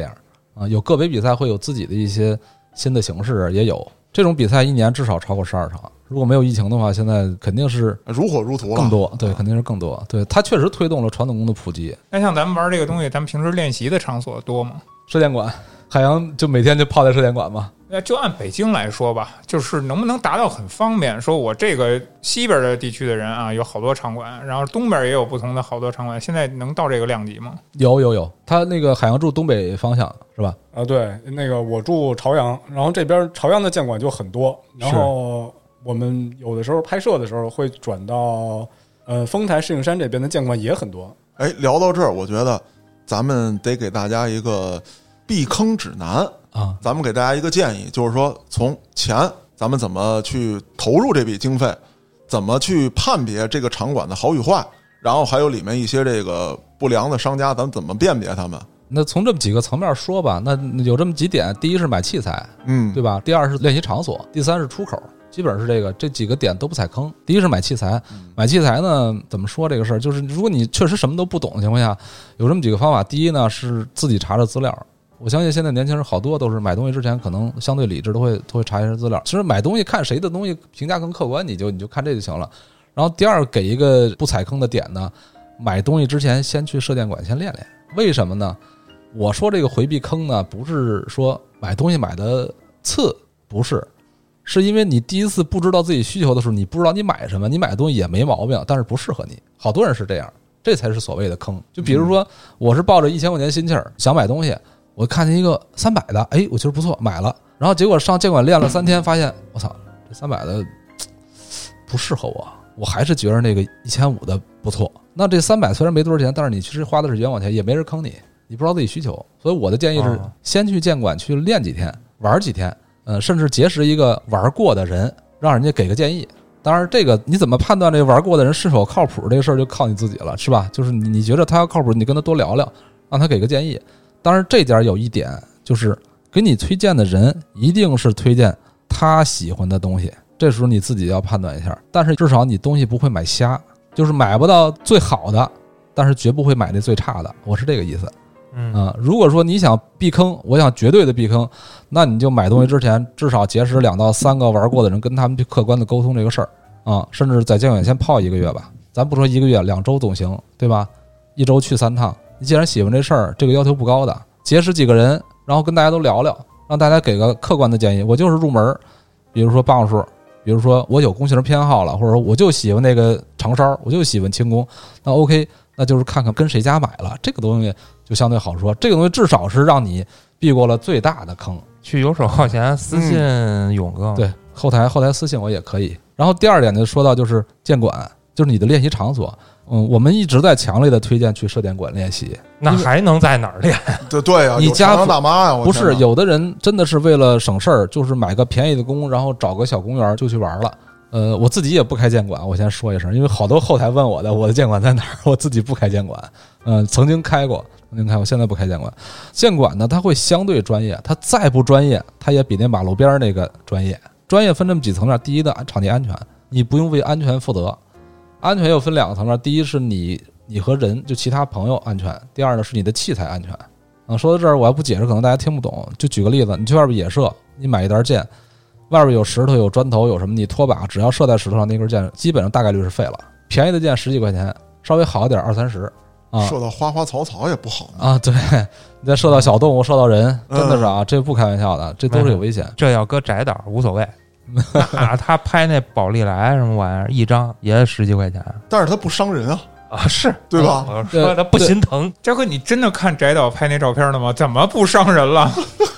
Speaker 1: 啊，有个别比赛会有自己的一些新的形式，也有这种比赛一年至少超过十二场。如果没有疫情的话，现在肯定是
Speaker 2: 如火如荼了，
Speaker 1: 更多，对，肯定是更多。对，它确实推动了传统工的普及。
Speaker 4: 那像咱们玩这个东西，咱们平时练习的场所多吗？
Speaker 1: 射电馆，海洋就每天就泡在射电馆嘛。
Speaker 4: 那就按北京来说吧，就是能不能达到很方便？说我这个西边的地区的人啊，有好多场馆，然后东边也有不同的好多场馆，现在能到这个量级吗？
Speaker 1: 有有有，他那个海洋住东北方向是吧？
Speaker 5: 啊，对，那个我住朝阳，然后这边朝阳的建馆就很多，然后我们有的时候拍摄的时候会转到呃丰台石景山这边的建馆也很多。
Speaker 2: 哎，聊到这儿，我觉得咱们得给大家一个避坑指南
Speaker 1: 啊，
Speaker 2: 咱们给大家一个建议，就是说从钱咱们怎么去投入这笔经费，怎么去判别这个场馆的好与坏，然后还有里面一些这个不良的商家，咱们怎么辨别他们。
Speaker 1: 那从这么几个层面说吧，那有这么几点：第一是买器材，
Speaker 2: 嗯，
Speaker 1: 对吧？第二是练习场所，第三是出口，基本是这个这几个点都不踩坑。第一是买器材，买器材呢，怎么说这个事儿？就是如果你确实什么都不懂的情况下，有这么几个方法。第一呢是自己查查资料。我相信现在年轻人好多都是买东西之前可能相对理智，都会都会查一下资料。其实买东西看谁的东西评价更客观，你就你就看这就行了。然后第二给一个不踩坑的点呢，买东西之前先去射电馆先练练。为什么呢？我说这个回避坑呢，不是说买东西买的次，不是，是因为你第一次不知道自己需求的时候，你不知道你买什么，你买的东西也没毛病，但是不适合你。好多人是这样，这才是所谓的坑。就比如说，我是抱着一千块钱心气儿想买东西，我看见一个三百的，哎，我觉得不错，买了。然后结果上建馆练了三天，发现我操，这三百的不适合我，我还是觉得那个一千五的不错。那这三百虽然没多少钱，但是你其实花的是冤枉钱，也没人坑你。你不知道自己需求，所以我的建议是先去建馆去练几天，玩几天，呃，甚至结识一个玩过的人，让人家给个建议。当然，这个你怎么判断这个玩过的人是否靠谱，这个事儿就靠你自己了，是吧？就是你你觉得他要靠谱，你跟他多聊聊，让他给个建议。当然，这点有一点就是给你推荐的人一定是推荐他喜欢的东西，这时候你自己要判断一下。但是至少你东西不会买瞎，就是买不到最好的，但是绝不会买那最差的，我是这个意思。
Speaker 3: 嗯
Speaker 1: 啊，如果说你想避坑，我想绝对的避坑，那你就买东西之前至少结识两到三个玩过的人，跟他们去客观的沟通这个事儿啊，甚至在建馆先泡一个月吧，咱不说一个月，两周总行，对吧？一周去三趟，你既然喜欢这事儿，这个要求不高的，结识几个人，然后跟大家都聊聊，让大家给个客观的建议。我就是入门，比如说磅数，比如说我有工型偏好了，或者说我就喜欢那个长烧，我就喜欢轻功，那 OK， 那就是看看跟谁家买了，这个东西就相对好说。这个东西至少是让你避过了最大的坑。
Speaker 3: 去游手好闲，私信勇哥、
Speaker 1: 嗯，对，后台后台私信我也可以。然后第二点就说到就是建馆，就是你的练习场所。嗯，我们一直在强烈的推荐去射电馆练习。
Speaker 3: 那还能在哪儿练？
Speaker 2: 对对啊，
Speaker 1: 你家
Speaker 2: 有大妈呀，我
Speaker 1: 不是有的人真的是为了省事儿，就是买个便宜的工，然后找个小公园就去玩了。呃，我自己也不开建馆，我先说一声，因为好多后台问我的，我的建馆在哪儿？我自己不开建馆。嗯，曾经开过，曾经开过，现在不开建馆。建馆呢，它会相对专业，它再不专业，它也比那马路边那个专业。专业分这么几层面，第一的场地安全，你不用为安全负责。安全又分两个层面，第一是你你和人就其他朋友安全，第二呢是你的器材安全。啊，说到这儿我要不解释可能大家听不懂，就举个例子，你去外边野射，你买一沓箭，外边有石头有砖头有什么，你拖把只要射在石头上，那根箭基本上大概率是废了。便宜的箭十几块钱，稍微好一点二三十啊，
Speaker 2: 射到花花草草也不好
Speaker 1: 啊。对，你再射到小动物射到人，真的是啊，这不开玩笑的，这都是有危险。
Speaker 3: 这要搁窄岛无所谓。那他拍那宝丽来什么玩意儿，一张也十几块钱，
Speaker 2: 但是他不伤人啊，
Speaker 3: 啊是
Speaker 2: 对吧？
Speaker 3: 我说他不心疼。
Speaker 4: 嘉哥，你真的看翟导拍那照片了吗？怎么不伤人了？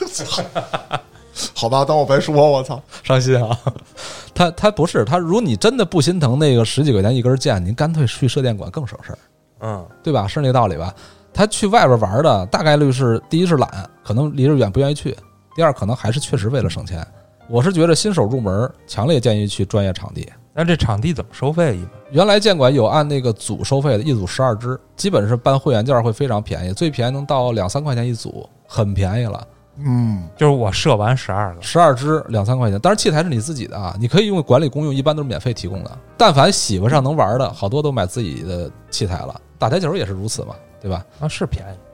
Speaker 2: 好吧，当我白说，我操，
Speaker 1: 伤心啊！他他不是他，如果你真的不心疼那个十几块钱一根箭，您干脆去射电馆更省事儿，
Speaker 3: 嗯，
Speaker 1: 对吧？是那个道理吧？他去外边玩的大概率是第一是懒，可能离着远不愿意去；第二可能还是确实为了省钱。我是觉得新手入门，强烈建议去专业场地。
Speaker 3: 那这场地怎么收费？一般
Speaker 1: 原来建馆有按那个组收费的，一组十二支，基本是办会员券会非常便宜，最便宜能到两三块钱一组，很便宜了。
Speaker 2: 嗯，
Speaker 3: 就是我射完十二个，
Speaker 1: 十二支两三块钱，当然器材是你自己的啊，你可以用管理公用，一般都是免费提供的。但凡喜欢上能玩的，好多都买自己的器材了。打台球也是如此嘛，对吧？
Speaker 3: 啊是便宜，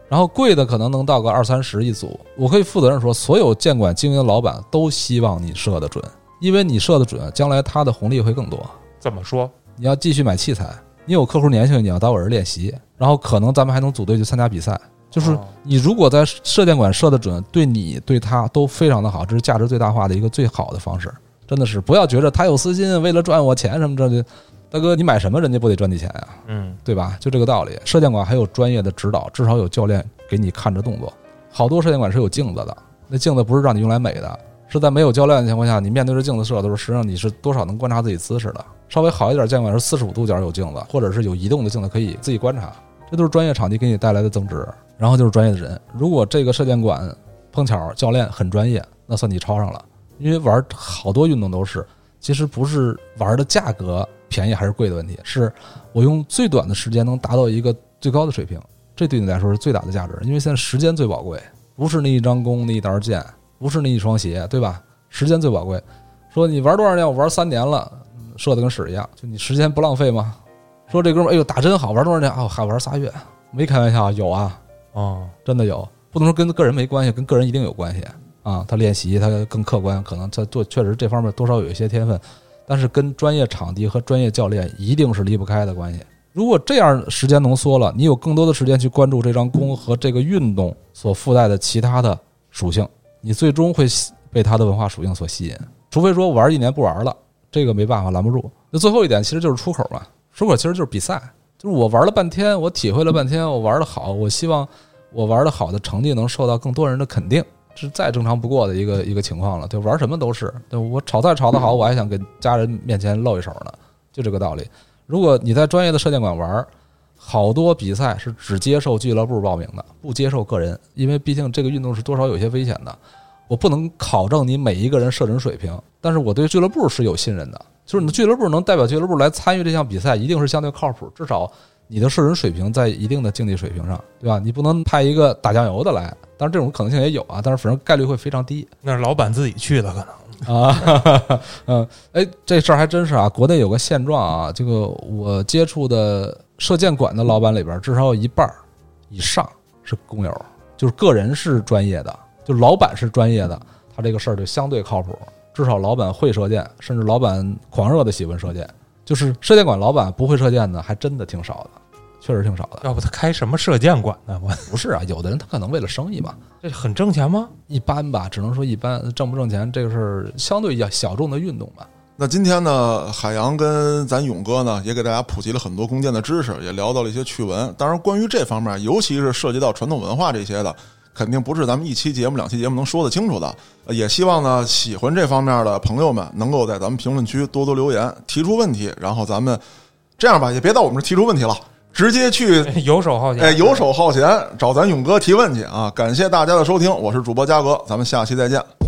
Speaker 1: 然后贵的可能能到个二三十一组。我可以负责任说，所有建馆经营的老板都希望你射得准，因为你射得准，将来他的红利会更多。
Speaker 3: 怎么说？
Speaker 1: 你要继续买器材，你有客户粘性，你要到我这练习，然后可能咱们还能组队去参加比赛。就是你如果在射箭馆射得准，对你对他都非常的好，这是价值最大化的一个最好的方式。真的是不要觉着他有私心，为了赚我钱什么这的。大哥，你买什么人家不得赚你钱呀？
Speaker 3: 嗯，
Speaker 1: 对吧？就这个道理。射箭馆还有专业的指导，至少有教练给你看着动作。好多射箭馆是有镜子的，那镜子不是让你用来美的，是在没有教练的情况下，你面对着镜子射的时候，实际上你是多少能观察自己姿势的。稍微好一点箭馆是四十五度角有镜子，或者是有移动的镜子可以自己观察。这都是专业场地给你带来的增值。然后就是专业的人，如果这个射箭馆碰巧教练很专业，那算你超上了。因为玩好多运动都是，其实不是玩的价格便宜还是贵的问题，是我用最短的时间能达到一个最高的水平，这对你来说是最大的价值。因为现在时间最宝贵，不是那一张弓那一沓箭，不是那一双鞋，对吧？时间最宝贵。说你玩多少年？我玩三年了，射的跟屎一样，就你时间不浪费吗？说这哥们哎呦打真好，玩多少年啊？还玩仨月，没开玩笑，有啊，
Speaker 3: 哦，
Speaker 1: 真的有，不能说跟个人没关系，跟个人一定有关系啊。他练习他更客观，可能他做确实这方面多少有一些天分，但是跟专业场地和专业教练一定是离不开的关系。如果这样时间浓缩了，你有更多的时间去关注这张弓和这个运动所附带的其他的属性，你最终会被它的文化属性所吸引。除非说玩一年不玩了，这个没办法拦不住。那最后一点其实就是出口嘛，出口其实就是比赛，就是我玩了半天，我体会了半天，我玩的好，我希望我玩的好的成绩能受到更多人的肯定，这是再正常不过的一个一个情况了。对，玩什么都是，对，我炒菜炒得好，我还想跟家人面前露一手呢，就这个道理。如果你在专业的射箭馆玩，好多比赛是只接受俱乐部报名的，不接受个人，因为毕竟这个运动是多少有些危险的。我不能考证你每一个人射准水平，但是我对俱乐部是有信任的，就是你的俱乐部能代表俱乐部来参与这项比赛，一定是相对靠谱，至少你的射准水平在一定的竞技水平上，对吧？你不能派一个打酱油的来，当然这种可能性也有啊，但是反正概率会非常低。
Speaker 3: 那是老板自己去的可能
Speaker 1: 啊，嗯，哎，这事儿还真是啊，国内有个现状啊，这个我接触的射箭馆的老板里边，至少有一半以上是工友，就是个人是专业的。就老板是专业的，他这个事儿就相对靠谱，至少老板会射箭，甚至老板狂热的喜欢射箭。就是射箭馆老板不会射箭的还真的挺少的，确实挺少的。
Speaker 3: 要不他开什么射箭馆呢？我
Speaker 1: 不是啊，有的人他可能为了生意嘛。
Speaker 3: 这很挣钱吗？
Speaker 1: 一般吧，只能说一般，挣不挣钱这个是相对小众的运动吧。
Speaker 2: 那今天呢，海洋跟咱勇哥呢也给大家普及了很多弓箭的知识，也聊到了一些趣闻。当然关于这方面，尤其是涉及到传统文化这些的，肯定不是咱们一期节目两期节目能说得清楚的。也希望呢喜欢这方面的朋友们能够在咱们评论区多多留言，提出问题，然后咱们这样吧，也别到我们这提出问题了，直接去
Speaker 3: 游手好闲，
Speaker 2: 哎，游手好闲找咱勇哥提问去啊！感谢大家的收听，我是主播嘉哥，咱们下期再见。